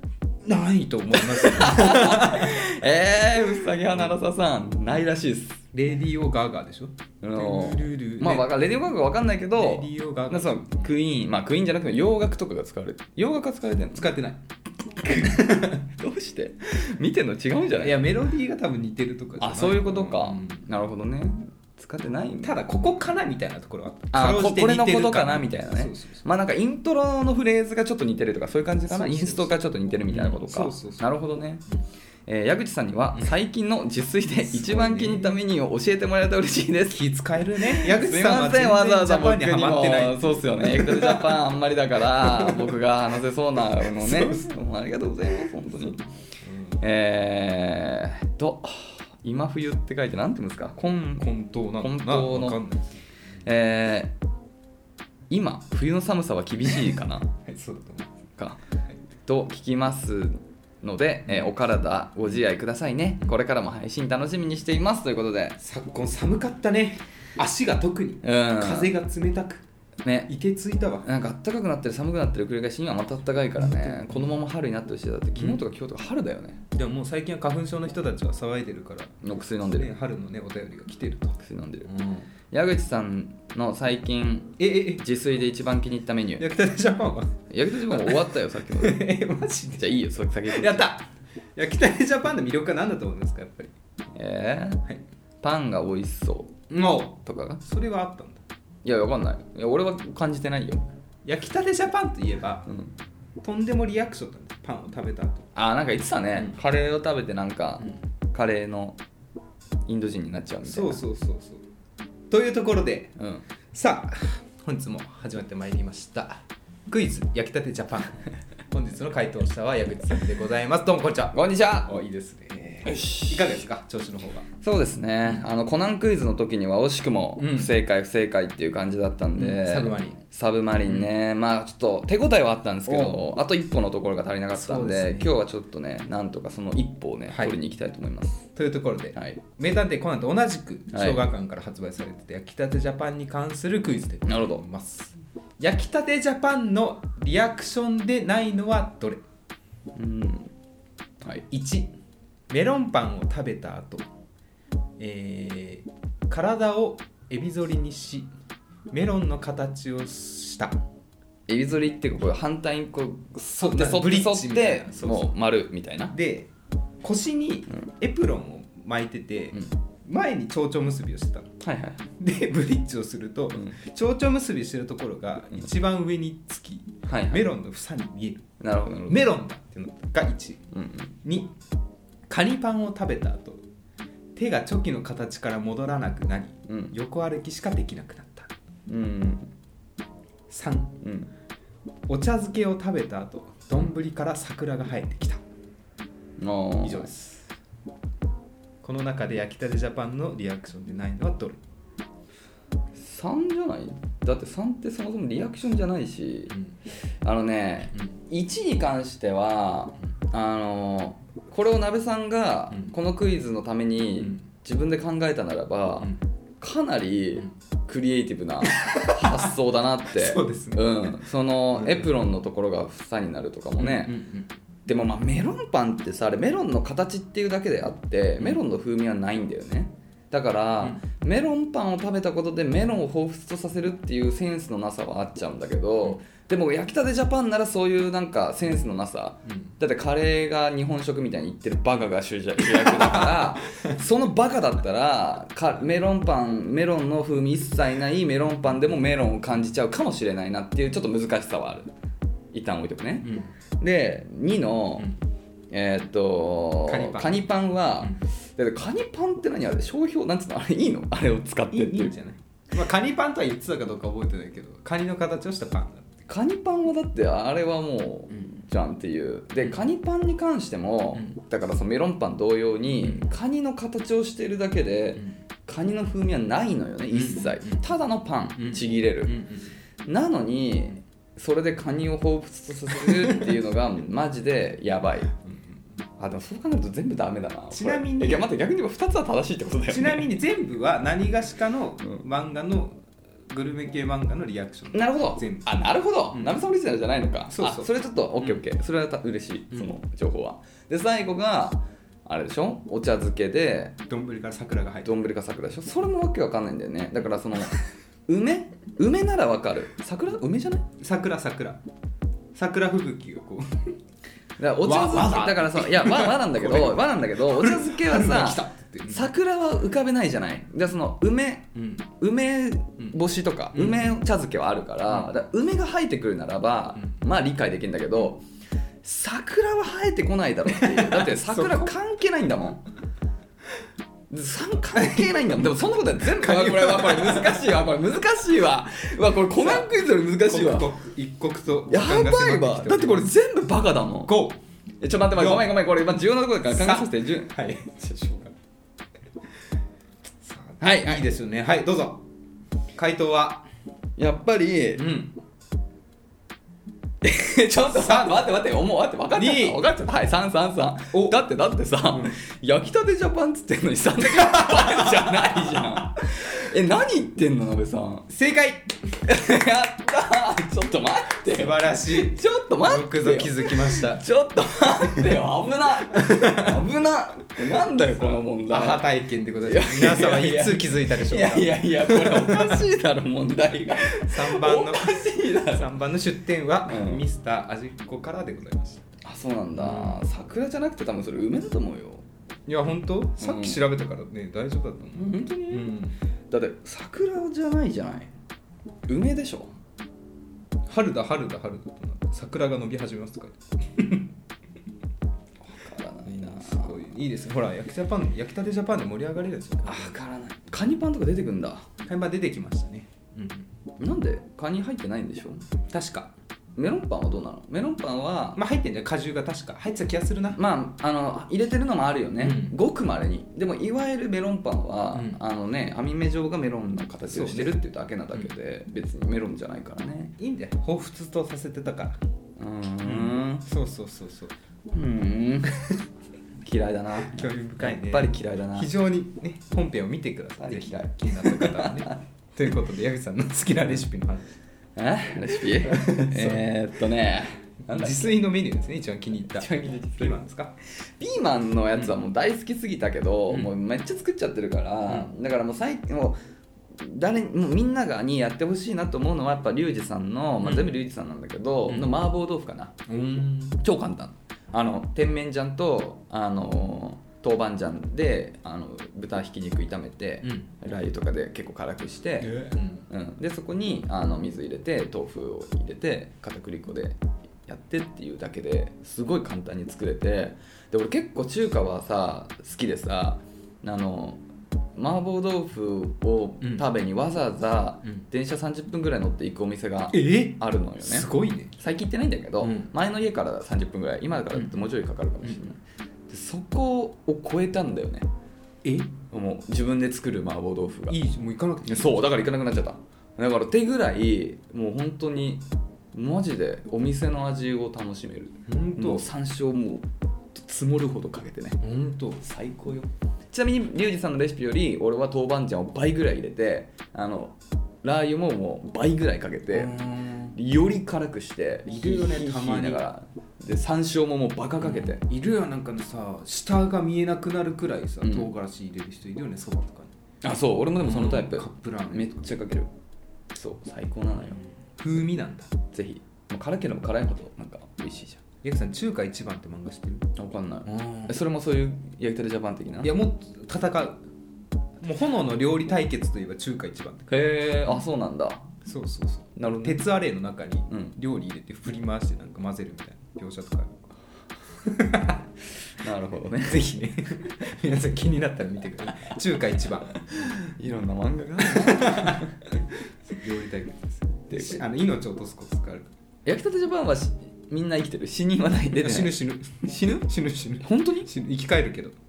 ないと思いますえー、うさぎはならささんないらしいです。 レディオガガでしょ。 あのまあわかレディオガガは分かんないけど、 レディオガガなんかそのクイーン、まあクイーンじゃなくて洋楽とかが使われてる。洋楽が使われてるの？ 使ってないどうして見てんの違うんじゃない？ いやメロディーが多分似てるとかじゃない。 あ、そういうことか、 うん、 なるほどね。使ってないんだ。 ただここかなみたいなところはあった。 あここれのことかなみたいなね。 そうそうそう、 まあなんかイントロのフレーズがちょっと似てるとかそういう感じかな。 そうそうそう、 インストがちょっと似てるみたいなことか、 うん、そうそうそう、 なるほどね。えー、矢口さんには最近の自炊で一番気に入ったメニューを教えてもらえたら嬉しいです。 気使えるね。矢口すいさんはません、わざわざ僕にジャパンにハマってない。 そうっすよね。エクトルジャパンあんまりだから僕が話せそうなのね。そうそうありがとうございます本当に。うん、えーっと今冬って書いてなんて言うんですか。混沌な混沌の、えー、今冬の寒さは厳しいかな。 はいそうだと思うか、はい、と聞きますので、えー、お体ご自愛くださいね。これからも配信楽しみにしていますということで。 昨今寒かったね。足が特に、うん、風が冷たくね、いてついたわ。 なんか暖かくなってる寒くなってる繰り返し、今また暖かいからね、このまま春になってほしい。だって昨日とか今日とか春だよね、 うん、でももう最近は花粉症の人たちは騒いでるからお薬飲んでる、 ね、春のねお便りが来てると。 薬飲んでる、 うん、 矢口さんの最近ええ自炊で一番気に入ったメニュー。 焼きたてジャパンは焼きたてジャパンも終わったよさっきのえマジで。 じゃあいいよそれ先やった焼きたてジャパンの魅力は何だと思いますか。やっぱりえーはい、パンが美味しそうとかがそれはあったんだ。 いやわかんない。いや俺は感じてないよ。 焼きたてジャパンといえば、 うん、 とんでもリアクションなんです。パンを食べた後。 あなんか言ってたね、うん、カレーを食べてなんか、 うん、 カレーのインド人になっちゃうみたいな。 そうそうそうそうというところで、 うん、 さあ本日も始まってまいりましたクイズ焼きたてジャパン本日の回答者は矢口さんでございます。どうもこんにちは。 こんにちは。 おいいですね。いかがですか調子の方が。 そうですね、あのコナンクイズの時には惜しくも不正解、うん、不正解っていう感じだったんで、うん、 サブマリンサブマリンね、うん、まあちょっと手応えはあったんですけど、あと一歩のところが足りなかったん で, で、ね、今日はちょっとねなんとかその一歩をね、はい、取りに行きたいと思います。 というところで、はい、名探偵コナンと同じく小学館から発売されてて、はい、焼きたてジャパンに関するクイズでございます。焼きたてジャパンのリアクションでないのはどれ？ うん、はい、 いちメロンパンを食べた後、えー、体をエビ反りにしメロンの形をしたエビ反りっていうかこれ反対にこう反って反ブリッジみたいな、 ってもう丸みたいなで腰にエプロンを巻いてて、うん、前に蝶々結びをしてたの、 はいはい、 でブリッジをすると、うん、蝶々結びしてるところが一番上につき、うんはいはい、メロンの房に見える。 なるほどなるほど。 メロンだっていうのがいち、 うんうん、 にカニパンを食べた後手がチョキの形から戻らなくなり、うん、横歩きしかできなくなった、 うん、 さん、うん、お茶漬けを食べた後丼から桜が生えてきた。以上です。この中で焼きたてジャパンのリアクションでないのはどれ？ さんじゃない？だってさんってそもそもリアクションじゃないし、うん、あのね、うん、いちに関しては、うん、あのこれをなべさんがこのクイズのために自分で考えたならば、うん、かなりクリエイティブな発想だなってそうですね、 うん、そのエプロンのところが房になるとかもね、うんうんうん、でもまあメロンパンってさあれメロンの形っていうだけであってメロンの風味はないんだよね。だから、うん、メロンパンを食べたことでメロンを彷彿とさせるっていうセンスのなさはあっちゃうんだけど、うん、でも焼きたてジャパンならそういうなんかセンスのなさ、うん、だってカレーが日本食みたいに言ってるバカが主役だからそのバカだったらかメロンパンメロンの風味一切ないメロンパンでもメロンを感じちゃうかもしれないなっていうちょっと難しさはある。一旦置いとくね、うん、でにの、うんえー、っとカニパン、カニパンは、うん、だカニパンって何あれ商標なんつうのあれいいのあれを使ってっていういいんじゃない、まあ、カニパンとは言ってたかどうか覚えてないけどカニの形をしたパンだってカニパンはだってあれはもう、うん、じゃんっていうでカニパンに関しても、うん、だからそのメロンパン同様に、うん、カニの形をしているだけで、うん、カニの風味はないのよね一切、うん、ただのパン、うん、ちぎれる、うんうん、なのにそれでカニを彷彿とさせるっていうのがマジでやばいあでもそう考えると全部ダメだな。 ちなみにいや待って逆に言えばふたつは正しいってことだよね。 ちなみに全部は何がしかの漫画の、うん、グルメ系漫画のリアクション。 なるほど。 全部あなるほど。ナメさんオリジナルじゃないのか。 そうそう。 あそれちょっとオッケーオッケー。それは嬉しいその情報は。で最後があれでしょ、お茶漬けで丼から桜が入ってる、 丼か桜でしょ。それもわけわかんないんだよね。だからその梅梅ならわかる。桜梅じゃない？ 桜桜桜吹雪がこうだからお茶漬けだからそのいや和和なんだけど和なんだけどお茶漬けはさ桜は浮かべないじゃない。でその梅、うん、梅干しとか、うん、梅茶漬けはあるから、うん、だから梅が生えてくるならば、うん、まあ理解できるんだけど、桜は生えてこないだろっていう。だって桜関係ないんだもん。関係ないんだもん。でもそんなことは全部これこれ難しいわ。これ難しいわ。うわこれコナンクイズより難しいわ。 一刻とやばいわ。だってこれ全部バカだもん。 ごえちょっと待ってごめんごめんこれ今重要なところだから考えさせて。じゅうはいはい、 はい、いいですよね。はいどうぞ。回答はやっぱりうんちょっとさ待って待って思う待って分かっちゃった分かっちゃったはいさんさんさんだってだってさ、うん、焼きたてジャパンっつってんのにさんだけじゃないじゃんえ何言ってんのなべさん。 正解やったー。ちょっと待って素晴らしい。 ちょっと待ってよ。 よくぞ気づきました。 ちょっと待ってよ危な危ななんだよこの問題。 アハ体験ってことで皆さんはいつ気づいたでしょうか。 いやいやいやこれおかしいだろ問題がさんばんのおかしいだろ。 さんばんの出典は、うん、ミスター味っ子からでございます。 あそうなんだ、うん、桜じゃなくて多分それ梅だと思うよ。 いや本当さっき調べたからね、うん、大丈夫だと思う。 本当に、うん、だって桜じゃないじゃない梅でしょ。 春だ春だ春だとな桜が伸び始めますとか分からないな。 すごいいいですね。ほら焼きジャパン焼きたてジャパンで盛り上がれるんですよ。 あ分からない。カニパンとか出てくんだ。 カニパン出てきましたね、 うん、なんでカニ入ってないんでしょ確か。 メロンパンはどうなの？メロンパンはまあ入ってんじゃん。果汁が確か入ってた気がするな。 まああの入れてるのもあるよね、うん、ごくまれに。でもいわゆるメロンパンは、うん、あのね網目状がメロンの形をしてるっていうだけなだけで、うん、別にメロンじゃないからね。 いいんだよ彷彿とさせてたから。 うーん、 うん、そうそうそうそう。 うーん嫌いだな。 興味深いね。 やっぱり嫌いだな。 非常にね本編を見てください。ぜひ気になった方はねということで矢口さんの好きなレシピの話。 えレシピえーっとね自炊のメニューですね。一番気に入った一番気に入ったピーマンですか。 ピーマンのやつはもう大好きすぎたけど、うん、もうめっちゃ作っちゃってるから、うん、だからもう最近もう誰もうみんながにやってほしいなと思うのはやっぱリュウジさんの、まあ、全部リュウジさんなんだけど、うん、の麻婆豆腐かな、うん、超簡単。あの甜麺醤とあの豆板醤であの豚ひき肉炒めて、うん、ラー油とかで結構辛くして、えーうん、でそこにあの水入れて豆腐を入れて片栗粉でやってっていうだけですごい簡単に作れて。で俺結構中華はさ好きでさあの麻婆豆腐を食べにわざわざ電車さんじゅっぷんぐらい乗って行くお店があるのよね、うん、すごいね。 最近行ってないんだけど、うん、前の家からさんじゅっぷんぐらい今からだともうちょいかかるかもしれない、うん、でそこを超えたんだよね。 えもう自分で作る麻婆豆腐がいいじゃん。もう行かなくていい。 そうだから行かなくなっちゃった。だから手ぐらいもう本当にマジでお店の味を楽しめる。 本当。 もう山椒も積もるほどかけてね。 本当最高よ。ちなみにリュウジさんのレシピより俺は豆板醤を倍ぐらい入れてあのラー油ももう倍ぐらいかけてより辛くしているよねたまに。 だからで山椒ももうバカかけて、 うん、いるよ。なんかさ下が見えなくなるくらいさ、うん、唐辛子入れる人いるよね。そばとかに。 あそう俺もでもそのタイプ、 うん、カップラーメンめっちゃかける。そう最高なのよ。 風味なんだ。 ぜひもう辛ければ辛いほどなんか美味しいじゃん。 ヤクさん中華一番って漫画知ってる？ 分かんない。それもそういう焼きたてジャパン的な。 いやもう戦うもう炎の料理対決といえば中華一番って。 へえあそうなんだ。 そうそうそう。 なるほど、ね、 鉄アレイの中に料理入れて振り回してなんか混ぜるみたいな描写とかあるなるほどね。 ぜひね皆さん気になったら見てください。中華一番いろんな漫画が料理対決です。あの命を落とすコツがある。 焼きたてジャパンはみんな生きてる？死にはない出てない？ 死ぬ死ぬ死ぬ死ぬ死ぬ本当に死ぬ生き返るけどど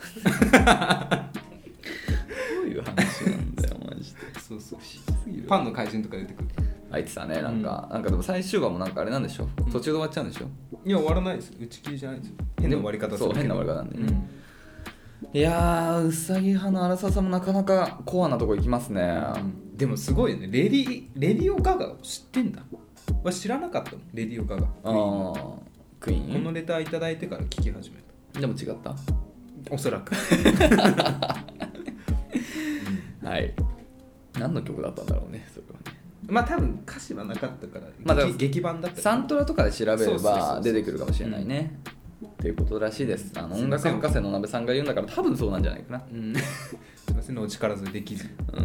ういう話なんだよマジで。 そうそうパンの怪人とか出てくる。 あいつさねなんか、うん、なんかでも最終話もなんかあれなんでしょ、うん、途中で終わっちゃうんでしょ。 いや終わらないです。打ち切りじゃないですよ。変な終わり方する。 そう変な終わり方なんでね、うん、いやーうさぎ派の荒沢さんもなかなかコアなとこ行きますね、 うん、でもすごいよね。レディレディオガガを知ってんだ。は知らなかったもんレディオガガ。 あクイーンこのレターいただいてから聞き始めた。 でも違った。 おそらくはい何の曲だったんだろうねそれはね。 まあ多分歌詞はなかったから、 まあ、 劇, 劇版だったサントラとかで調べれそうそうそうそうば出てくるかもしれないねっていうことらしいです。あの音楽博士の鍋さんが言うんだから多分そうなんじゃないかな。 うんすいませんねお力添えできず、 うん、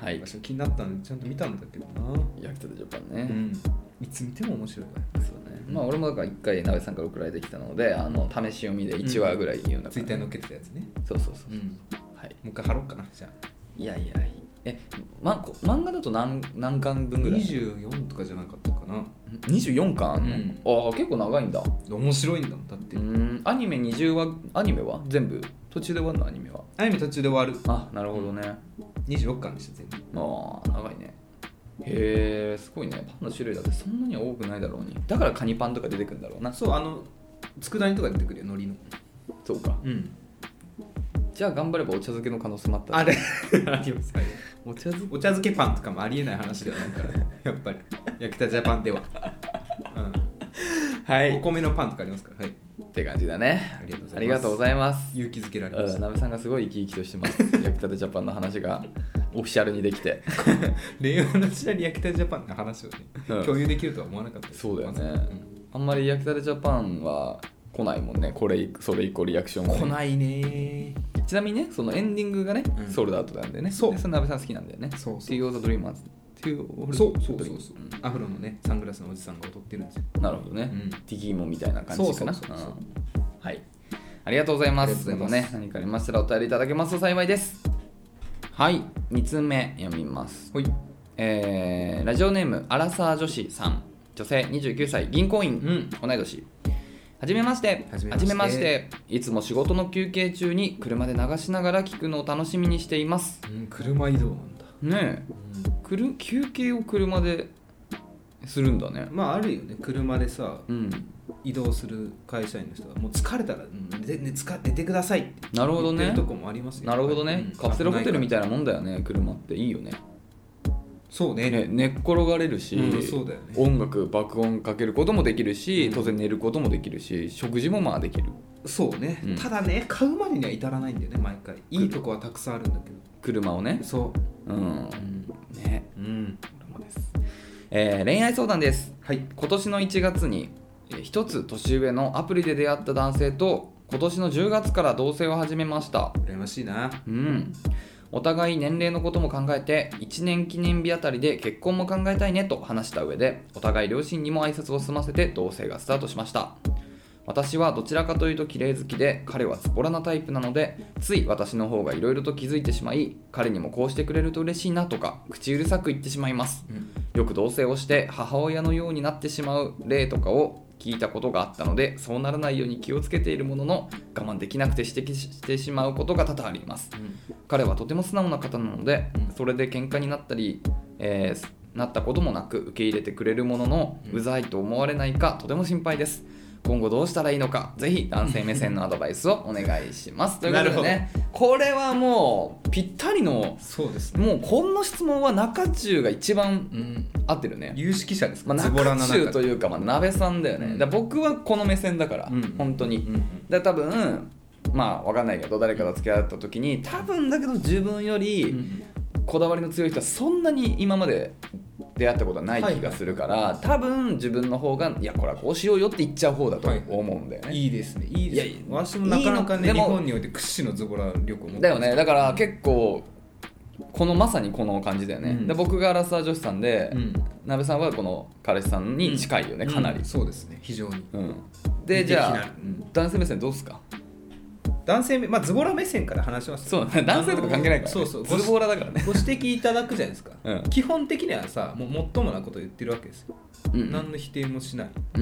はい私も気になったんでちゃんと見たんだけどな。 焼きたてジャパンね、 うん、いつ見ても面白いわ。 そうね、まあ俺もだからいっかい鍋さんから送られてきたのであの試し読みでいちわぐらい言うんだから、ね、 ツイッターに載っけてたやつね。 そうそうそう、 うん、 はい、 もう一回貼ろうかなじゃあ。 いやいやえ、ま、漫画だと 何, 何巻分ぐらい？ にじゅうよんとかじゃなかったかな。 にじゅうよんかんあんの、うん、ああ結構長いんだ。 面白いんだもんだって。 うんアニメにじゅうわアニメは全部途中で終わるの？アニメはアニメ途中で終わる。 あなるほどね。 にじゅうろっかんでした全部。 ああ長いね。へえすごいね。パンの種類だってそんなには多くないだろうに。だからカニパンとか出てくるんだろうな。 そうあの佃煮とか出てくるよ海苔の。 そうか。うんじゃあ頑張ればお茶漬けの可能性もあったあれあります、はい、 お茶漬けお茶漬けパンとかもありえない話ではないからやっぱり焼きたてジャパンでは、うん、はいお米のパンとかありますから、はい、 って感じだね。ありがとうございます。 勇気づけられました。 なべさんがすごい生き生きとしてます焼きたてジャパンの話がオフィシャルにできて令和の時代に焼きたてジャパンの話を、ねうん、共有できるとは思わなかったです。 そうだよね、うん、あんまり焼きたてジャパンは来ないもんね。これそれ以降リアクションが、ね、 来ないね。 ちなみにねそのエンディングがね、うん、ソールドアウトなんだよね。そうでそのなべさん好きなんだよね。 そうティーオーザドリーマーズっていうそうそうそうそう、うん、アフロのねサングラスのおじさんが踊ってるんですよ。 なるほどね、うん、ティギーモみたいな感じかな。 そうそうそうそう、 うん、はいありがとうございます。でもね何かありましたらお便りいただけますと幸いです。はいみつめ読みます。 はい、 えー、ラジオネームアラサー女子さん女性にじゅうきゅうさい銀行員、うん、同い年。はじめまして。はじめまして。はじめまして。いつも仕事の休憩中に車で流しながら聞くのを楽しみにしています。 うん、車移動なんだ。 ねえ、うん、休憩を車でするんだね。 まああるよね。車でさ、うん、移動する会社員の人がもう疲れたら、うん、寝, 寝, 寝てくださいってなるほどね。 言ってるとこもありますよね。 なるほどね、うん、カプセルホテルみたいなもんだよね。車っていいよね。 そう ね, ね寝っ転がれるし、 うんそうだよね、 音楽爆音かけることもできるし、うん、当然寝ることもできるし食事もまあできる。 そうね、うん、ただね買うまでには至らないんだよね。毎回いいとこはたくさんあるんだけど車をね。 そううん、うん、 ねうん車です、えー、恋愛相談です。はい今年のいちがつに一つ年上のアプリで出会った男性と今年のじゅうがつから同棲を始めました。 羨ましいな。 うんお互い年齢のことも考えていちねん記念日あたりで結婚も考えたいねと話した上でお互い両親にも挨拶を済ませて同棲がスタートしました。私はどちらかというと綺麗好きで彼はズボラなタイプなのでつい私の方がいろいろと気づいてしまい彼にもこうしてくれると嬉しいなとか口うるさく言ってしまいます、うん、よく同棲をして母親のようになってしまう例とかを聞いたことがあったのでそうならないように気をつけているものの我慢できなくて指摘してしまうことが多々あります、うん、彼はとても素直な方なので、うん、それで喧嘩になったり、えー、なったこともなく受け入れてくれるものの、うん、うざいと思われないかとても心配です。今後どうしたらいいのかぜひ男性目線のアドバイスをお願いしますということでねこれはもうぴったりのそうです、ね、 もうこの質問は中中が一番合ってるね、 うん、有識者ですか、 まあ、中中というか、まあ、鍋さんだよね、うん、だ僕はこの目線だから、うん、本当に、うん、だ多分まあ分かんないけど誰かと付き合った時に多分だけど自分よりこだわりの強い人はそんなに今まで出会ったことはない気がするから、はい、多分自分の方がいやこれはこうしようよって言っちゃう方だと思うんだよね、 はい、いいですねいいですね。いや私もなかなかね日本において屈指のズボラ力を持ってだよね。だから結構このまさにこの感じだよね、うん、で僕がアラサー女子さんで、うん、なべさんはこの彼氏さんに近いよね、うん、かなり、 うん、そうですね非常に、 うん、でじゃあ、うん、男性目線どうすか。 男性、まあ、ズボラ目線から話します。 そう男性とか関係ないから、ね、 そうそうズボラだからね。 ご指摘いただくじゃないですか、うん、基本的にはさもうもっともなことを言ってるわけですよ、うん、何の否定もしない、うん、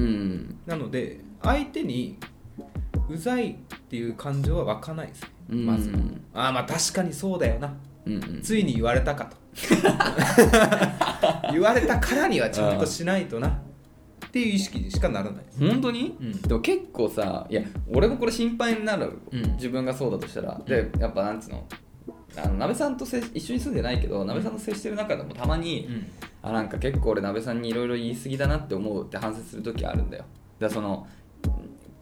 なので相手にうざいっていう感情は湧かないですね、うん、まずああまあ確かにそうだよな、うんうん、ついに言われたかと言われたからにはちゃんとしないとなっていう意識にしかならないです。 本当に、うん、でも結構さいや俺もこれ心配になる、うん、自分がそうだとしたら、うん、でやっぱなんつうのあの鍋さんと一緒に住んでないけど鍋さんと接してる中でもたまに、うん、あなんか結構俺鍋さんにいろいろ言い過ぎだなって思うって反省する時あるんだよ。だからその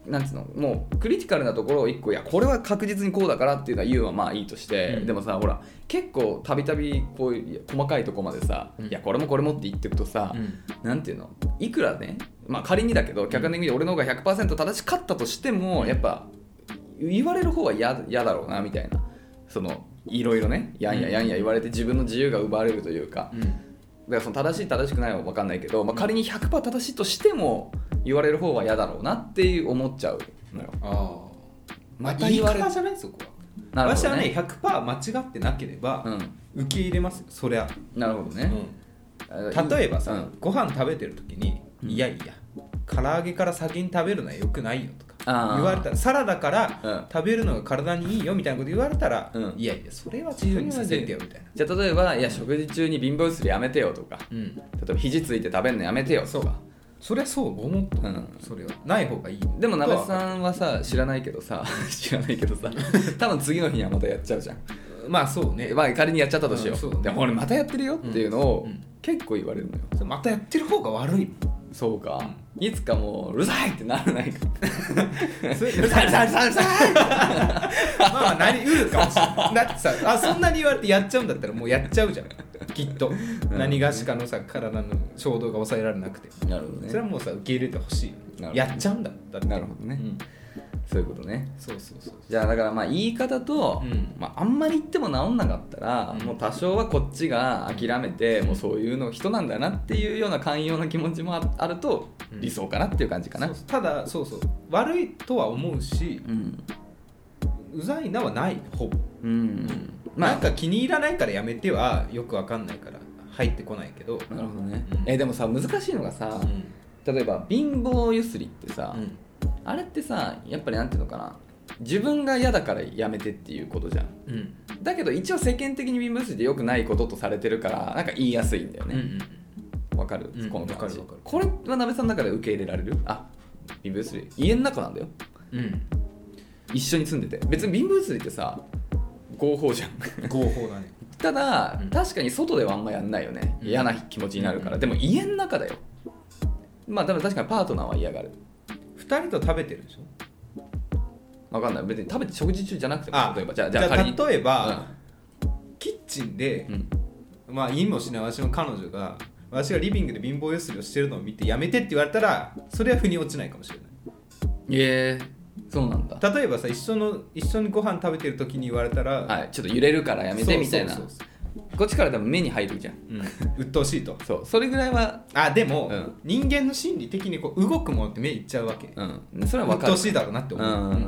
なんつうのもうクリティカルなところをいっこいやこれは確実にこうだからっていうのは言うのはまあいいとして、うん、でもさほら結構たびたびこう細かいところまでさ、うん、いやこれもこれもって言っていくとさ、うん、なんていうのいくらね、まあ、仮にだけど客観的に俺の方が ひゃくパーセント 正しかったとしても、うん、やっぱ言われる方は嫌だろうなみたいなそのいろいろねやんややんや言われて自分の自由が奪われるというか、うん、だからその正しい正しくないは分かんないけど、まあ、仮に ひゃくパーセント 正しいとしても言われる方は嫌だろうなっていう思っちゃうのよ。 あまた言われるじゃないそこは。なるほどね、私はね ひゃくパーセント 間違ってなければ、うん、受け入れますよそりゃ。なるほどね、うん、例えばさ、うん、ご飯食べてる時に、うん、いやいや唐揚げから先に食べるのは良くないよとか言われたらサラダから食べるのが体にいいよみたいなこと言われたら、うん、いやいやそれは自由にさせてよみたいな。 じゃあ例えばいや食事中に貧乏ゆすりやめてよとか、うん、例えば肘ついて食べるのやめてよとか。 そりゃそう思った、うん、それはない方がいい。 でも鍋さんはさ知らないけどさ知らないけどさ多分次の日にはまたやっちゃうじゃん。 まあそうね、 まあ仮にやっちゃったとしよう、うん、ね、でも俺またやってるよっていうのを、 うんうん、 結構言われるのよ。 またやってる方が悪い。 そうか、うん、いつかもううるさいってならないかうるさいうるさいうるさいうるさいまあなりうるかもしれない。だってさあそんなに言われてやっちゃうんだったらもうやっちゃうじゃんきっと何がしかのさ体の衝動が抑えられなくて。 なるほどね。 それはもうさ受け入れてほしい。やっちゃうんだだって。 なるほどね、うん、そういうことね。 そうそうそう。 じゃあだからまあ言い方と、うんまあ、あんまり言っても治んなかったら、うん、もう多少はこっちが諦めて、うん、もうそういうの人なんだなっていうような寛容な気持ちもあると理想かなっていう感じかな、 うん、そうただそうそう悪いとは思うし、うん、うざいなはないほぼ、うんうんまあ、なんか気に入らないからやめてはよくわかんないから入ってこないけど。 なるほどね、うん、えでもさ難しいのがさ、うん、例えば貧乏ゆすりってさ、うん、あれってさやっぱりなんていうのかな自分が嫌だからやめてっていうことじゃん、うん、だけど一応世間的に貧乏ゆすりって良くないこととされてるからなんか言いやすいんだよね。わ、うんうん、かる、うん、この感じ。これは鍋さんの中で受け入れられる？あ貧乏ゆすり家の中なんだよ、うん、一緒に住んでて別に貧乏ゆすりってさ合法じゃん合法だねただ、うん、確かに外ではあんまやんないよね、うん、嫌な気持ちになるから、うん、でも家の中だよ。まあ多分確かにパートナーは嫌がる。 ふたりと食べてるでしょ。 分かんない別に食べて食事中じゃなくても例えばじゃあじゃあ例えば、うん、キッチンで、うん、まあ言いもしない私の彼女が私がリビングで貧乏ゆすりをしてるのを見てやめてって言われたらそれは腑に落ちないかもしれない。 ええー、そうなんだ。 例えばさ一緒の一緒にご飯食べてる時に言われたら、 はい、ちょっと揺れるからやめてみたいな。そうそうそうそうこっちから多分目に入るじゃん、 うん、鬱陶しいと。 そうそれぐらいはあでも、うん、人間の心理的にこう動くものって目いっちゃうわけ、 うん、それは分かる。 鬱陶しいだろうなって思う、うんうんうん、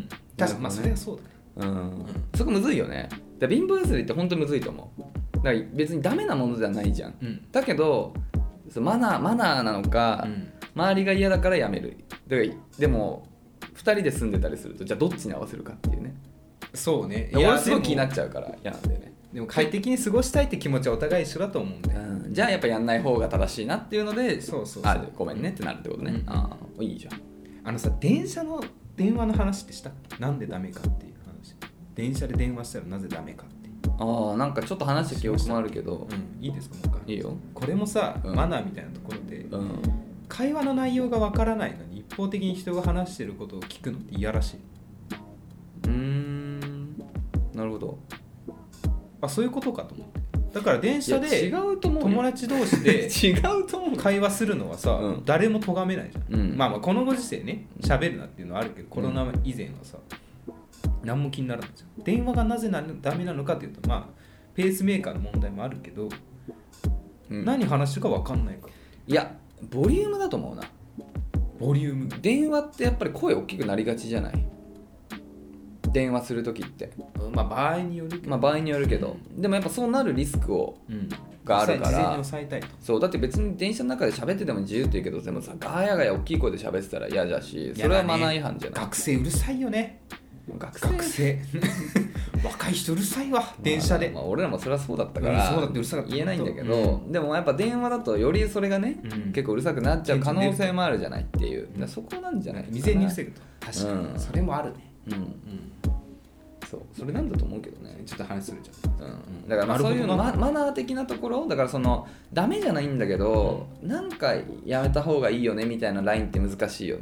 確かにまあそれはそうだね、 うんうん、そこむずいよね。だ貧乏ゆすりって本当にむずいと思う。だから別にダメなものじゃないじゃん、うん、だけどマナーマナーなのか、うん、周りが嫌だからやめる。だからでもふたりで住んでたりするとじゃあどっちに合わせるかっていうね。 そうね。 俺すごい気になっちゃうから嫌なんだよね。 でも快適に過ごしたいって気持ちはお互い一緒だと思うんで、 うん、じゃあやっぱやんない方が正しいなっていうのでそうそうそうあごめんねってなるってことね、うん、ああいいじゃん。 あのさ電車の電話の話ってしたっけ？なんでダメかっていう話。電車で電話したらなぜダメかっていう。 ああなんかちょっと話した記憶もあるけど、 うん、いいですかもう一回。 いいよ。 これもさ、うん、マナーみたいなところで、うん、会話の内容がわからないのに一方的に人が話してることを聞くのって嫌らしい。 うーんなるほど。 あそういうことかと思って。だから電車で違うと思う友達同士で違うと思う会話するのはさ、うん、誰も咎めないじゃん、うん、まあまあこのご時世ね喋るなっていうのはあるけど、コロナ以前はさ何も気にならないじゃん。電話がなぜなダメなのかっていうとまあペースメーカーの問題もあるけど、うん、何話してるか分かんないから。 いやボリュームだと思うな。 ボリューム。 電話ってやっぱり声大きくなりがちじゃない？電話するときって、 まあ場合によるけど、 まあ、場合によるけど、うん、でもやっぱそうなるリスクを、うん、があるから、 事前に抑えたいと。 そうだって別に電車の中で喋ってても自由って言うけど、でもさガヤガヤ大きい声で喋ってたら嫌だし、それはマナー違反じゃない？ 学生うるさいよね。学生, 学生若い人うるさいわ電車で、 まあまあ、俺らもそれはそうだったから、うん、そうだってうるさかった言えないんだけど、うん、でもやっぱ電話だとよりそれがね、うん、結構うるさくなっちゃう可能性もあるじゃないっていう、うん、そこなんじゃない未然に防ぐと。確かに、 うん、 それもあるね。 うん、うんそうそれなんだと思うけどね。 ちょっと話するじゃん、うん、 だからまあそういうママナー的なところだからそのダメじゃないんだけど、うん、なんかやめた方がいいよねみたいなラインって難しいよね。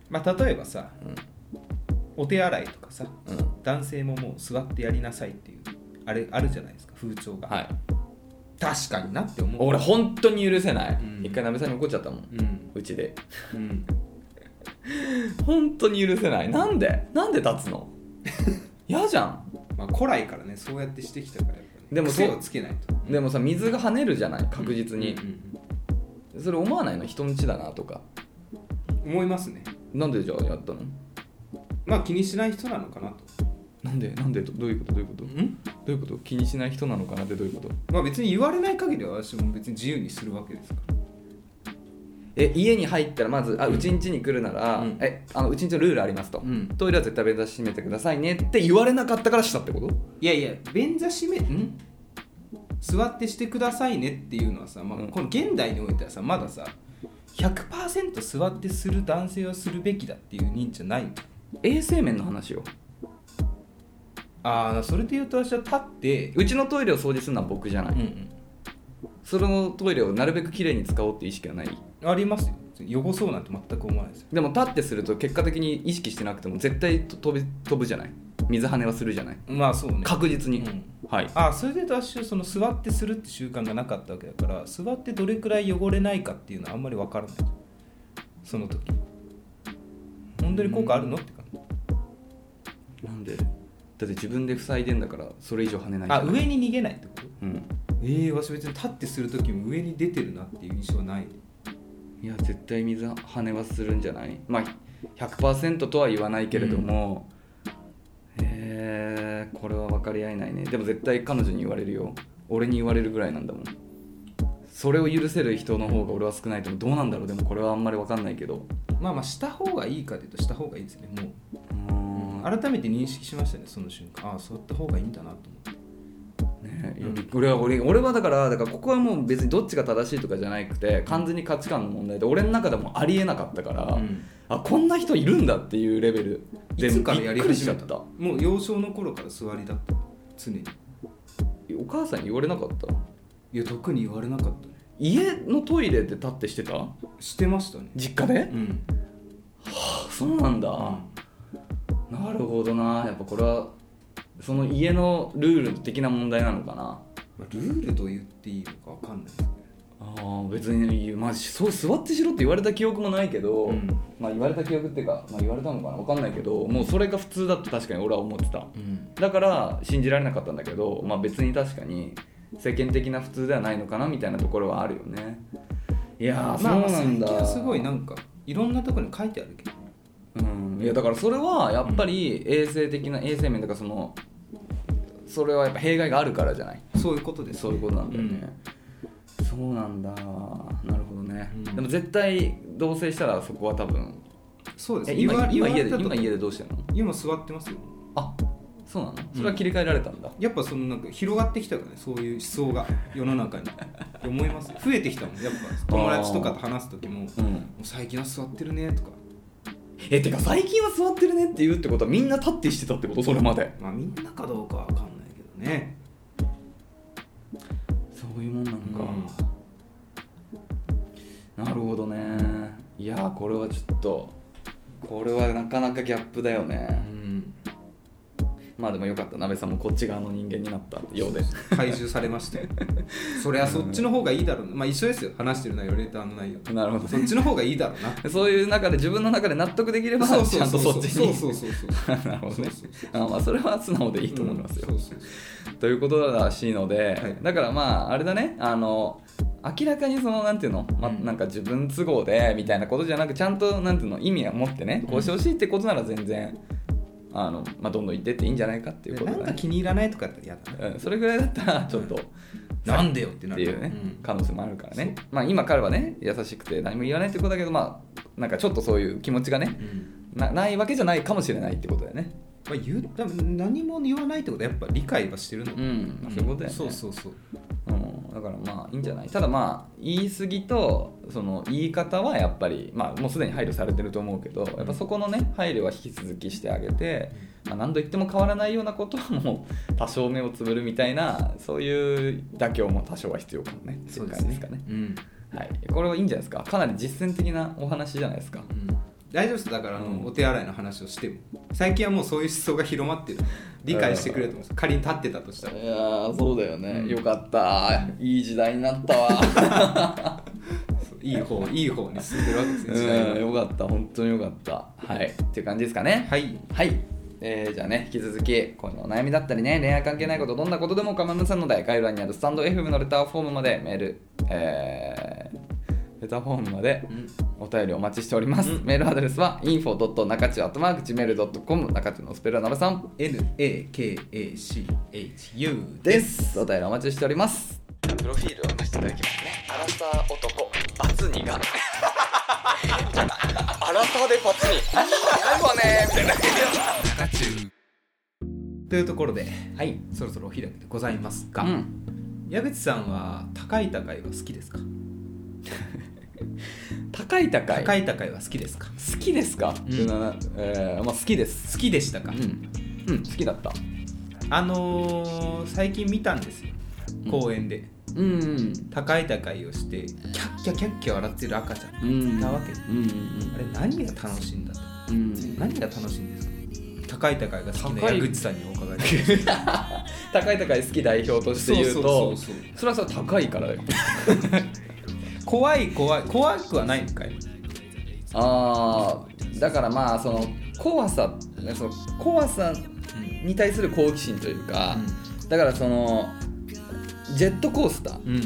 まあ、例えばさ、 うん、 お手洗いとかさ、 うん、 男性ももう座ってやりなさいっていうあれあるじゃないですか、風潮が、 はい、 確かになって思う。 俺本当に許せない、うん、一回なべさんに怒っちゃったもん、うち、ん、で、うん、本当に許せない。なんでなんで立つの嫌じゃん。 まあ、古来からねそうやってしてきたからやっぱり、ね、 でも癖をつけないと、 でもさ水が跳ねるじゃない確実に、うんうんうん、それ思わないの人の血だなとか思いますね。 なんでじゃあやったの？ まあ気にしない人なのかなと。 なんでなんでどういうことどういうことんどういうこと気にしない人なのかなってどういうこと？ まあ別に言われない限りは私も別に自由にするわけですから。 え家に入ったらまずあうちん家に来るなら、うん、えあのうちん家のルールありますと、うん、トイレは絶対便座閉めてくださいねって言われなかったからしたってこと？いやいや便座閉めん座ってしてくださいねっていうのはさ、まあ、この現代においてはさまださ ひゃくパーセント 座ってする男性はするべきだっていう認知はないんだ。 衛生面の話よ。 ああそれで言うと私は立ってうちのトイレを掃除するのは僕じゃない、うんうん、そのトイレをなるべくきれいに使おうっていう意識はない？ ありますよ。汚そうなんて全く思わないですよ。 でも立ってすると結果的に意識してなくても絶対飛び飛ぶじゃない。水跳ねはするじゃない。 まあそうね確実に、うん、はいあそれで言うと私はその座ってするって習慣がなかったわけだから座ってどれくらい汚れないかっていうのはあんまり分からない。その時本当に効果あるのって感じ。 なんでだって自分で塞いでんだからそれ以上跳ねない。 あ上に逃げないってこと？ うんえー、私別に立ってする時も上に出てるなっていう印象はない。 いや絶対水跳ねはするんじゃない。まあ ひゃくパーセント とは言わないけれども、うん、えー、これは分かり合えないね。でも絶対彼女に言われるよ。俺に言われるぐらいなんだもん。それを許せる人の方が俺は少ないと思う。どうなんだろう。でもこれはあんまり分かんないけどまあまあした方がいいかというとした方がいいですね。もう、うん、改めて認識しましたねその瞬間。ああそうやった方がいいんだなと思ってね、いや俺は俺俺はだからだからここはもう別にどっちが正しいとかじゃなくて完全に価値観の問題で俺の中でもありえなかったから、うん、あこんな人いるんだっていうレベルでいつからやり始めた？ びっくりしちゃった。 もう幼少の頃から座りだった常に。 お母さんに言われなかった？ いや特に言われなかったね。 家のトイレで立ってしてた？ してましたね実家で？うん、はあそうなんだ、うん、なるほどな。やっぱこれはその家のルール的な問題なのかな。 ルールと言っていいのか分かんないですね。 ああ別に、まあ、そう座ってしろって言われた記憶もないけど、うん、まあ言われた記憶っていうか、まあ、言われたのかな分かんないけどもうそれが普通だと確かに俺は思ってた、うん、だから信じられなかったんだけど、まあ、別に確かに世間的な普通ではないのかなみたいなところはあるよね。いやー、まあ、そうなんだ。 最近はすごいなんかいろんなところに書いてあるけど、 うん、いやだからそれはやっぱり衛生的な、うん、衛生面とかそのそれはやっぱ弊害があるからじゃない。 そういうことです。 そういうことなんだよね、うん、そうなんだ。なるほどね、うん、でも絶対同棲したらそこは多分そうです。 今, 今, 家で今家でどうしてんの？ 今座ってますよ。 あそうなの？それは切り替えられたんだ、 うん、やっぱそのなんか広がってきたからねそういう思想が世の中に思います。増えてきたもんやっぱ友達とかと話す時も、うん、もう最近は座ってるねとか。 えてか最近は座ってるねって言うってことはみんな立ってしてたってこと？それまで。 まあみんなかどうかは分かんないけどね。 そういうもんなのか、うん、なるほどね。いやこれはちょっとこれはなかなかギャップだよね、うん、まあでもよかった。なべさんもこっち側の人間になったようで回収されましたよそれはそっちの方がいいだろうな。まあ一緒ですよ話してる内容レーターの内容。 なるほど、ね、 そっちの方がいいだろうなそういう中で自分の中で納得できればちゃんとそっちに。 そうそうそうそうなるほどね。あまあそれは素直でいいと思いますよ、うん、そうそうそうということらしいので、はい、だからまああれだねあの明らかにそのなんていうの、ま、なんか自分都合でみたいなことじゃなくちゃんとなんていうの意味を持ってねこうしてほしいってことなら全然あの、まあ、どんどん言ってっていいんじゃないかっていうことだね。 なんか気に入らないとかって嫌だな、 うん、それぐらいだったらちょっと、うん、 なんでよってなるっていうね、うん、可能性もあるからね。まあ今彼はね優しくて何も言わないってことだけどまあなんかちょっとそういう気持ちがね、うん、な, ないわけじゃないかもしれないってことだよね。 まあ、言う何も言わないってことはやっぱ理解はしてるの、 うん、まあ、そういうことだよね。 そうそうそう、 うん、だからまあいいんじゃない。ただまあ言い過ぎとその言い方はやっぱりまあもうすでに配慮されてると思うけどやっぱそこのね配慮は引き続きしてあげて、まあ、何度言っても変わらないようなことはもう多少目をつぶるみたいなそういう妥協も多少は必要かもねっていう感じですかね。うん、はい、これはいいんじゃないですか。かなり実践的なお話じゃないですか、うん、 大丈夫ですだからあの、 うん、 お手洗いの話をしても最近はもうそういう思想が広まってる理解してくれると思うんです仮に立ってたとしたらいやーそうだよね、 うん、 よかったいい時代になったわいい方いい方に進んでるわけですね時代は、 うん、よかった本当によかったはいっていう感じですかねはいはいえー、じゃあね引き続きこのお悩みだったりね恋愛関係ないことどんなことでも構いませんので概要欄にあるスタンド エフエム のレターフォームまでメールえー、レターフォームまでお便りお待ちしております、うん、メールアドレスは インフォドットナカチュアットマークジメールドットコム ナカチュのスペルはなべさんエヌエーケーエーシーエイチユーですお便りお待ちしておりますプロフィールを出していただきますねアラサー男バツニがアラサーでバツニないわねみたいなナカチュというところで、 はい、 そろそろお開きでございますが、 うん、 矢口さんは高い高いは好きですか高い高い高い高いは好きですか好きですか、うんえーまあ、好きです好きでしたか、 うん、うん、好きだったあのー、最近見たんですよ公園で、 うんうん、 高い高いをしてキャッキャキャッキャ笑ってる赤ちゃんがいたわけ、うんうんうん、あれ何が楽しいんだと、うん、何が楽しいんですか高い高いが好きな矢口さんにお伺いします高い高い好き代表として言うとそうそうそうそうそれはさ高いからだよ怖い怖い怖くはないのかいあーだからまあその怖さその怖さに対する好奇心というか、うん、だからそのジェットコースター、うん、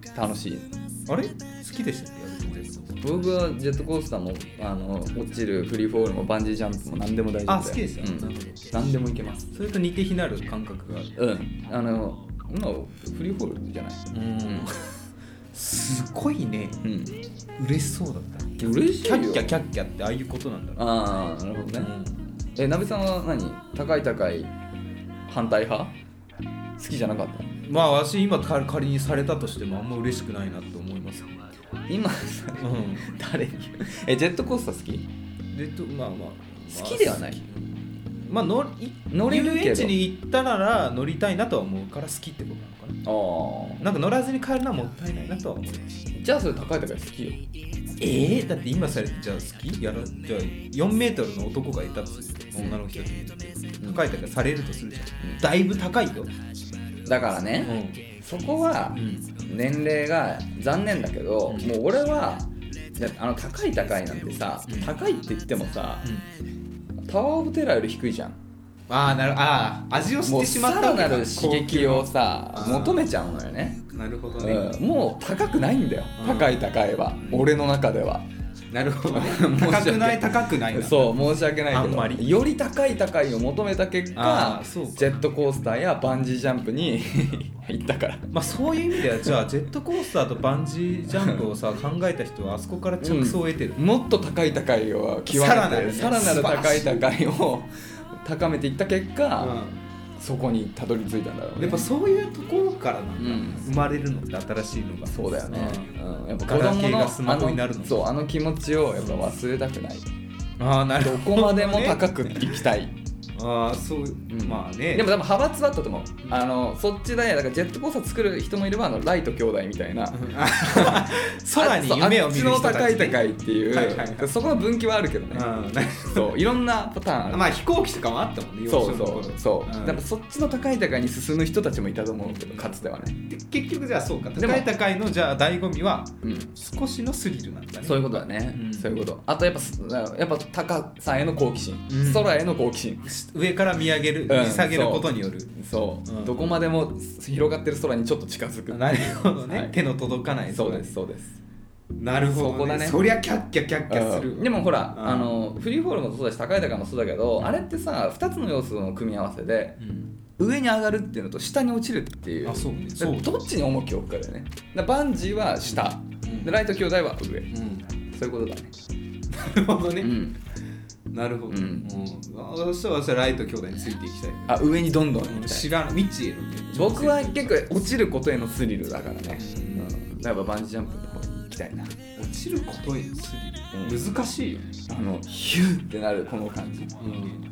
楽しいあれ好きでしたっけ僕はジェットコースターもあの落ちるフリーフォールもバンジージャンプも何でも大丈夫であ好きですよ、うん、 何でもいけますそれと似て非なる感覚があるうんあのまあフリーフォールじゃないうん、 うんすごいね、うん、嬉しそうだった嬉しいよキャッキャキャッキャってああいうことなんだああなるほどね、うん、えなべさんは何高い高い反対派好きじゃなかったまあ私今仮にされたとしてもあんま嬉しくないなと思います今さ、うん、誰にえジェットコースター好きジェットまあまあ好きではない、 まあ乗乗れるエンジンに行ったなら乗りたいなとは思うから好きってことなのかなあなんか乗らずに帰るのはもったいないなとは思いますじゃあそれ高い高い好きよえー、だって今されてじゃあ好きやらじゃあよんメートルの男がいたとする、うん、女の人に高い高いされるとするじゃん、うん、だいぶ高いよだからね、うん、そこは年齢が残念だけど、うん、もう俺はあの高い高いなんてさ、うん、高いって言ってもさ、うん、タワーオブテラーより低いじゃんああなるああ味を知ってしまったもうさらなる刺激をさ求めちゃうのよねなるほどね、 うん、もう高くないんだよ、うん、高い高いは、うん、俺の中ではなるほどね高くない高くないなそう申し訳ないけどあんまりより高い高いを求めた結果ジェットコースターやバンジージャンプに行ったからまあそういう意味ではじゃあジェットコースターとバンジージャンプをさ考えた人はあそこから着想を得てる、 うん、もっと高い高いを極めてさらなる、ね、さらなる高い高いを高めていった結果、うんそこにたどり着いたんだろうね。 やっぱそういうところからなんか生まれるのって新しいのが、うん、 そうだよね、うん、やっぱ子供のスマホになるのそうあの気持ちをやっぱ忘れたくない、 うん、あなるほど、ね、 どこまでも高く行きたいああそう、うん、まあねでも多分派閥だったと思うあのそっちだよだからジェットコースター作る人もいればあのライト兄弟みたいな、うん、 空に夢を見る人たち、ね、 あっちの高い高いっていう、はいはいはい、そこの分岐はあるけどね、うん、そういろんなパターンあるまあ飛行機とかもあったもんねそうそうそう、うん、やっぱそっちの高い高いに進む人たちもいたと思うけどかつてはね結局じゃあそうか高い高いのじゃあ醍醐味は、うん、少しのスリルなんだねそういうことだね、うん、そういうことあとやっぱやっぱ高さへの好奇心、うん、空への好奇心上から見上げる見下げることによる、 うん、そう、うん、どこまでも広がってる空にちょっと近づくなるほどね、はい、手の届かないそうですそうですなるほど、ね、 そこだねそりゃキャッキャキャッキャする、 うん、でもほらあのフリーフォールもそうだし高い高いもそうだけど、うん、あれってさふたつの要素の組み合わせで、うん、上に上がるっていうのと下に落ちるっていうあそうねそうどっちに重きを置くかだよねだバンジーは下、うん、でライト兄弟は上、うん、そういうことだねなるほどね、 うんなるほど、うんうん、そしたら私はライト兄弟についていきたいあ上にどんどん、うん、 知らん未知への僕は結構落ちることへのスリルだからね、うん、やっぱバンジージャンプの方に行きたいな落ちることへのスリル、うん、難しいよねあのヒューってなるこの感じ、うん、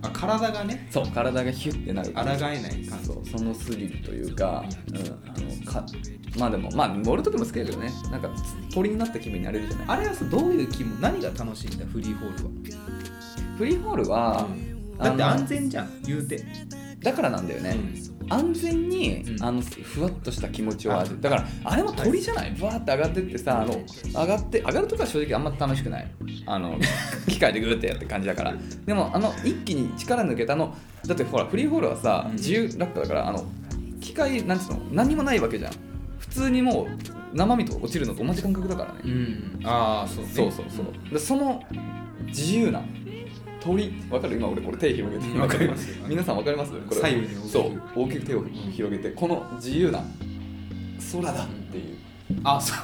あ体がねそう体がヒューってなる抗えない感じそうそのスリルというか、うん、あのかまあでもまあ乗る時も好きだけどね、なんか鳥になった気分になれるじゃない。 あれはさどういう気分、何が楽しいんだフリーホールは。 フリーホールは、 うん、だって安全じゃん言うて。 だからなんだよね、うん、安全に、うん、あのふわっとした気持ちを味わう。だからあれも鳥じゃない、ブワーって上がってってさ、あの上がって上がるとかは正直あんま楽しくない、あの機械でグーってやって感じだから。でもあの一気に力抜けたのだって、ほらフリーホールはさ、うん、自由落下だから、あの機械なんつうの何もないわけじゃん。普通にもう生身と落ちるのと同じ感覚だからね、 うん、ああそうね、 そうそうそう、うん、でその自由な鳥、わかる？今俺これ手広げて、 わかります皆さんわかります？これ左右に大きく、 そう大きく手を広げて、この自由な空だっていう、 あ、そう、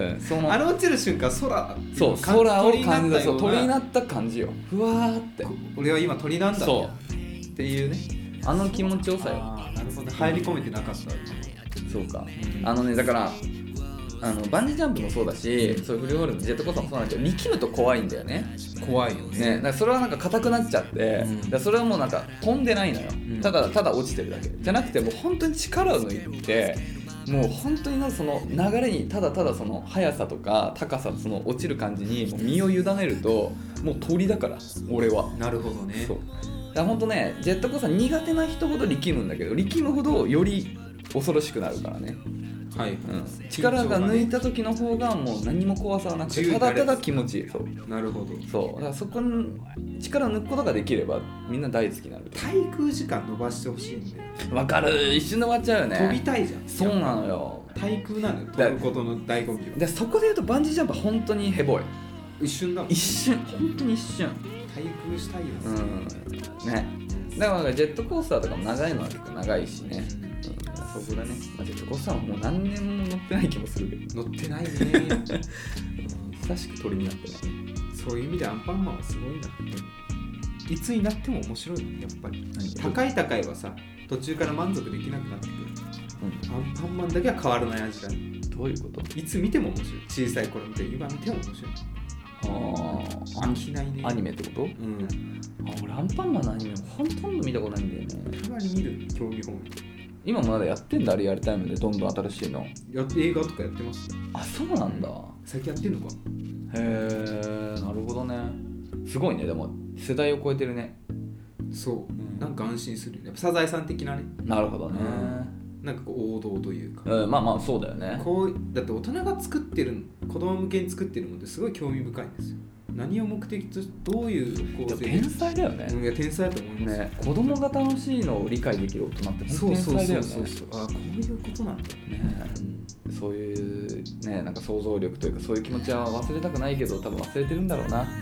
うん、そのあの落ちる瞬間空、 そう空を感じた、そう鳥になった感じよ、ふわーって、 俺は今鳥なんだそうっていうね、あの気持ちよさよ。 あ、なるほど、入り込めてなかった。 そうか、うん、あのねだからあのバンジージャンプもそうだし、そういうフリーホールのジェットコースターもそうなんだけど、力むと怖いんだよね。 怖いよね。 ね、だからそれはなんか硬くなっちゃって、うん、だからそれはもうなんか飛んでないのよ、うん、ただただ落ちてるだけじゃなくて、もう本当に力を抜いて、もう本当になんかその流れにただただその速さとか高さ、その落ちる感じにもう身を委ねると、もう鳥だから俺は。 なるほどね。 そうだから本当ね、ジェットコースター苦手な人ほど力むんだけど、力むほどより恐ろしくなるからね。 はい、うん、 力が抜いた時の方がもう何も怖さはなくて、ただただ気持ちいい。そう、 なるほど。 そうだからそこに力を抜くことができればみんな大好きになる。 滞空時間伸ばしてほしいんで。 わかる、一瞬で終わっちゃうよね。 飛びたいじゃん。 そうなのよ、 滞空なのよ、飛ぶことの醍醐味は。 でそこで言うとバンジージャンプは本当にヘボい。 一瞬だもん。 一瞬、本当に一瞬滞空したいよね。 うんね、だからジェットコースターとかも長いのは結構長いしね、そこだね。まあ、ジェットコースターももう何年も乗ってない気もするけど。 乗ってないね。 久しく鳥になってない。 そういう意味でアンパンマンはすごいな。いつになっても面白いのやっぱり。高い高いはさ、途中から満足できなくなってくる。うん、アンパンマンだけは変わらない味だね。 どういうこと？ いつ見ても面白い。小さい頃見て今見ても面白い。 ああ、 飽きないね。 アニメってこと？うん。あ、俺アンパンマンのアニメほとんど見たことないんだよね。 たまに見る、興味本位。 今まだやってんだ、リアルタイムでどんどん新しいの。 やって映画とかやってます。 あ、そうなんだ。 最近やってんのか。 へえ、なるほどね。すごいね、でも世代を超えてるね。 そう、うん、なんか安心する。やっぱサザエさん的なね。 なるほどね。 うん、なんかこう王道というか。 うん、まあまあそうだよね。 こうだって大人が作ってる、子供向けに作ってるのってすごい興味深いんですよ。何を目的とどういう構成で。 天才だよね。 うん、いや天才だと思いますね。子供が楽しいのを理解できる大人って本当に天才だよね。 そうそうそうそう。あ、こういうことなんだね。 うん、そういうね、なんか想像力というかそういう気持ちは忘れたくないけど多分忘れてるんだろうな。ね、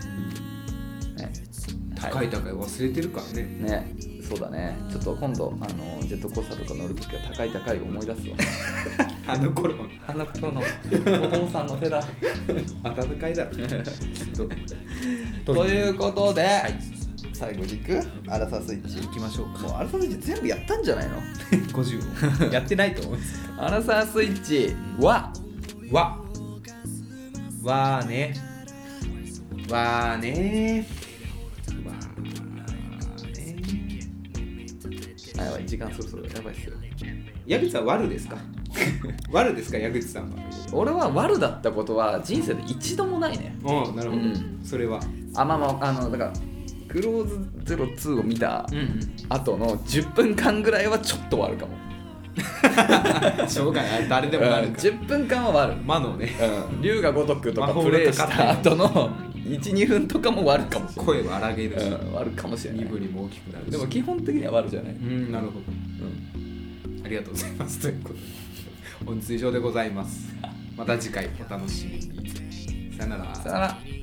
高い高い忘れてるからね。 ね、そうだね。ちょっと今度あのジェットコースターとか乗るときは高い高い思い出すわ。 あの頃のあの頃のお父さんの手だ。 温かいだろ。 ということで、はい、 最後に行くアラサースイッチ行きましょうか。 もうアラサースイッチ全部やったんじゃないの？ ごじゅうやってないと思うんですけど。 アラサースイッチはわわーねわーねわーね。 あ、やばい、時間そろそろやばいっすよ。 矢口さん悪ですか？悪ですか矢口さんは。 俺は悪だったことは人生で一度もないね。 うん、なるほど、うん、それはあ、まあまあ、あのだからクローズゼロツーを見た後のじゅっぷんかんぐらいはちょっと悪かも。 しょうがない、誰でもなるか、 うん、じゅっぷんかんは悪い。 魔のね、 うん、龍が如くとかプレイした後のいち、にふんとかも悪かもしれない。 声は荒げるし、 うん、悪かもしれない。 身振りも大きくなるし。 でも基本的には悪じゃない。 うん、なるほど、うん、ありがとうございますということで本日以上でございます。また次回お楽しみに。さよなら。 さよなら。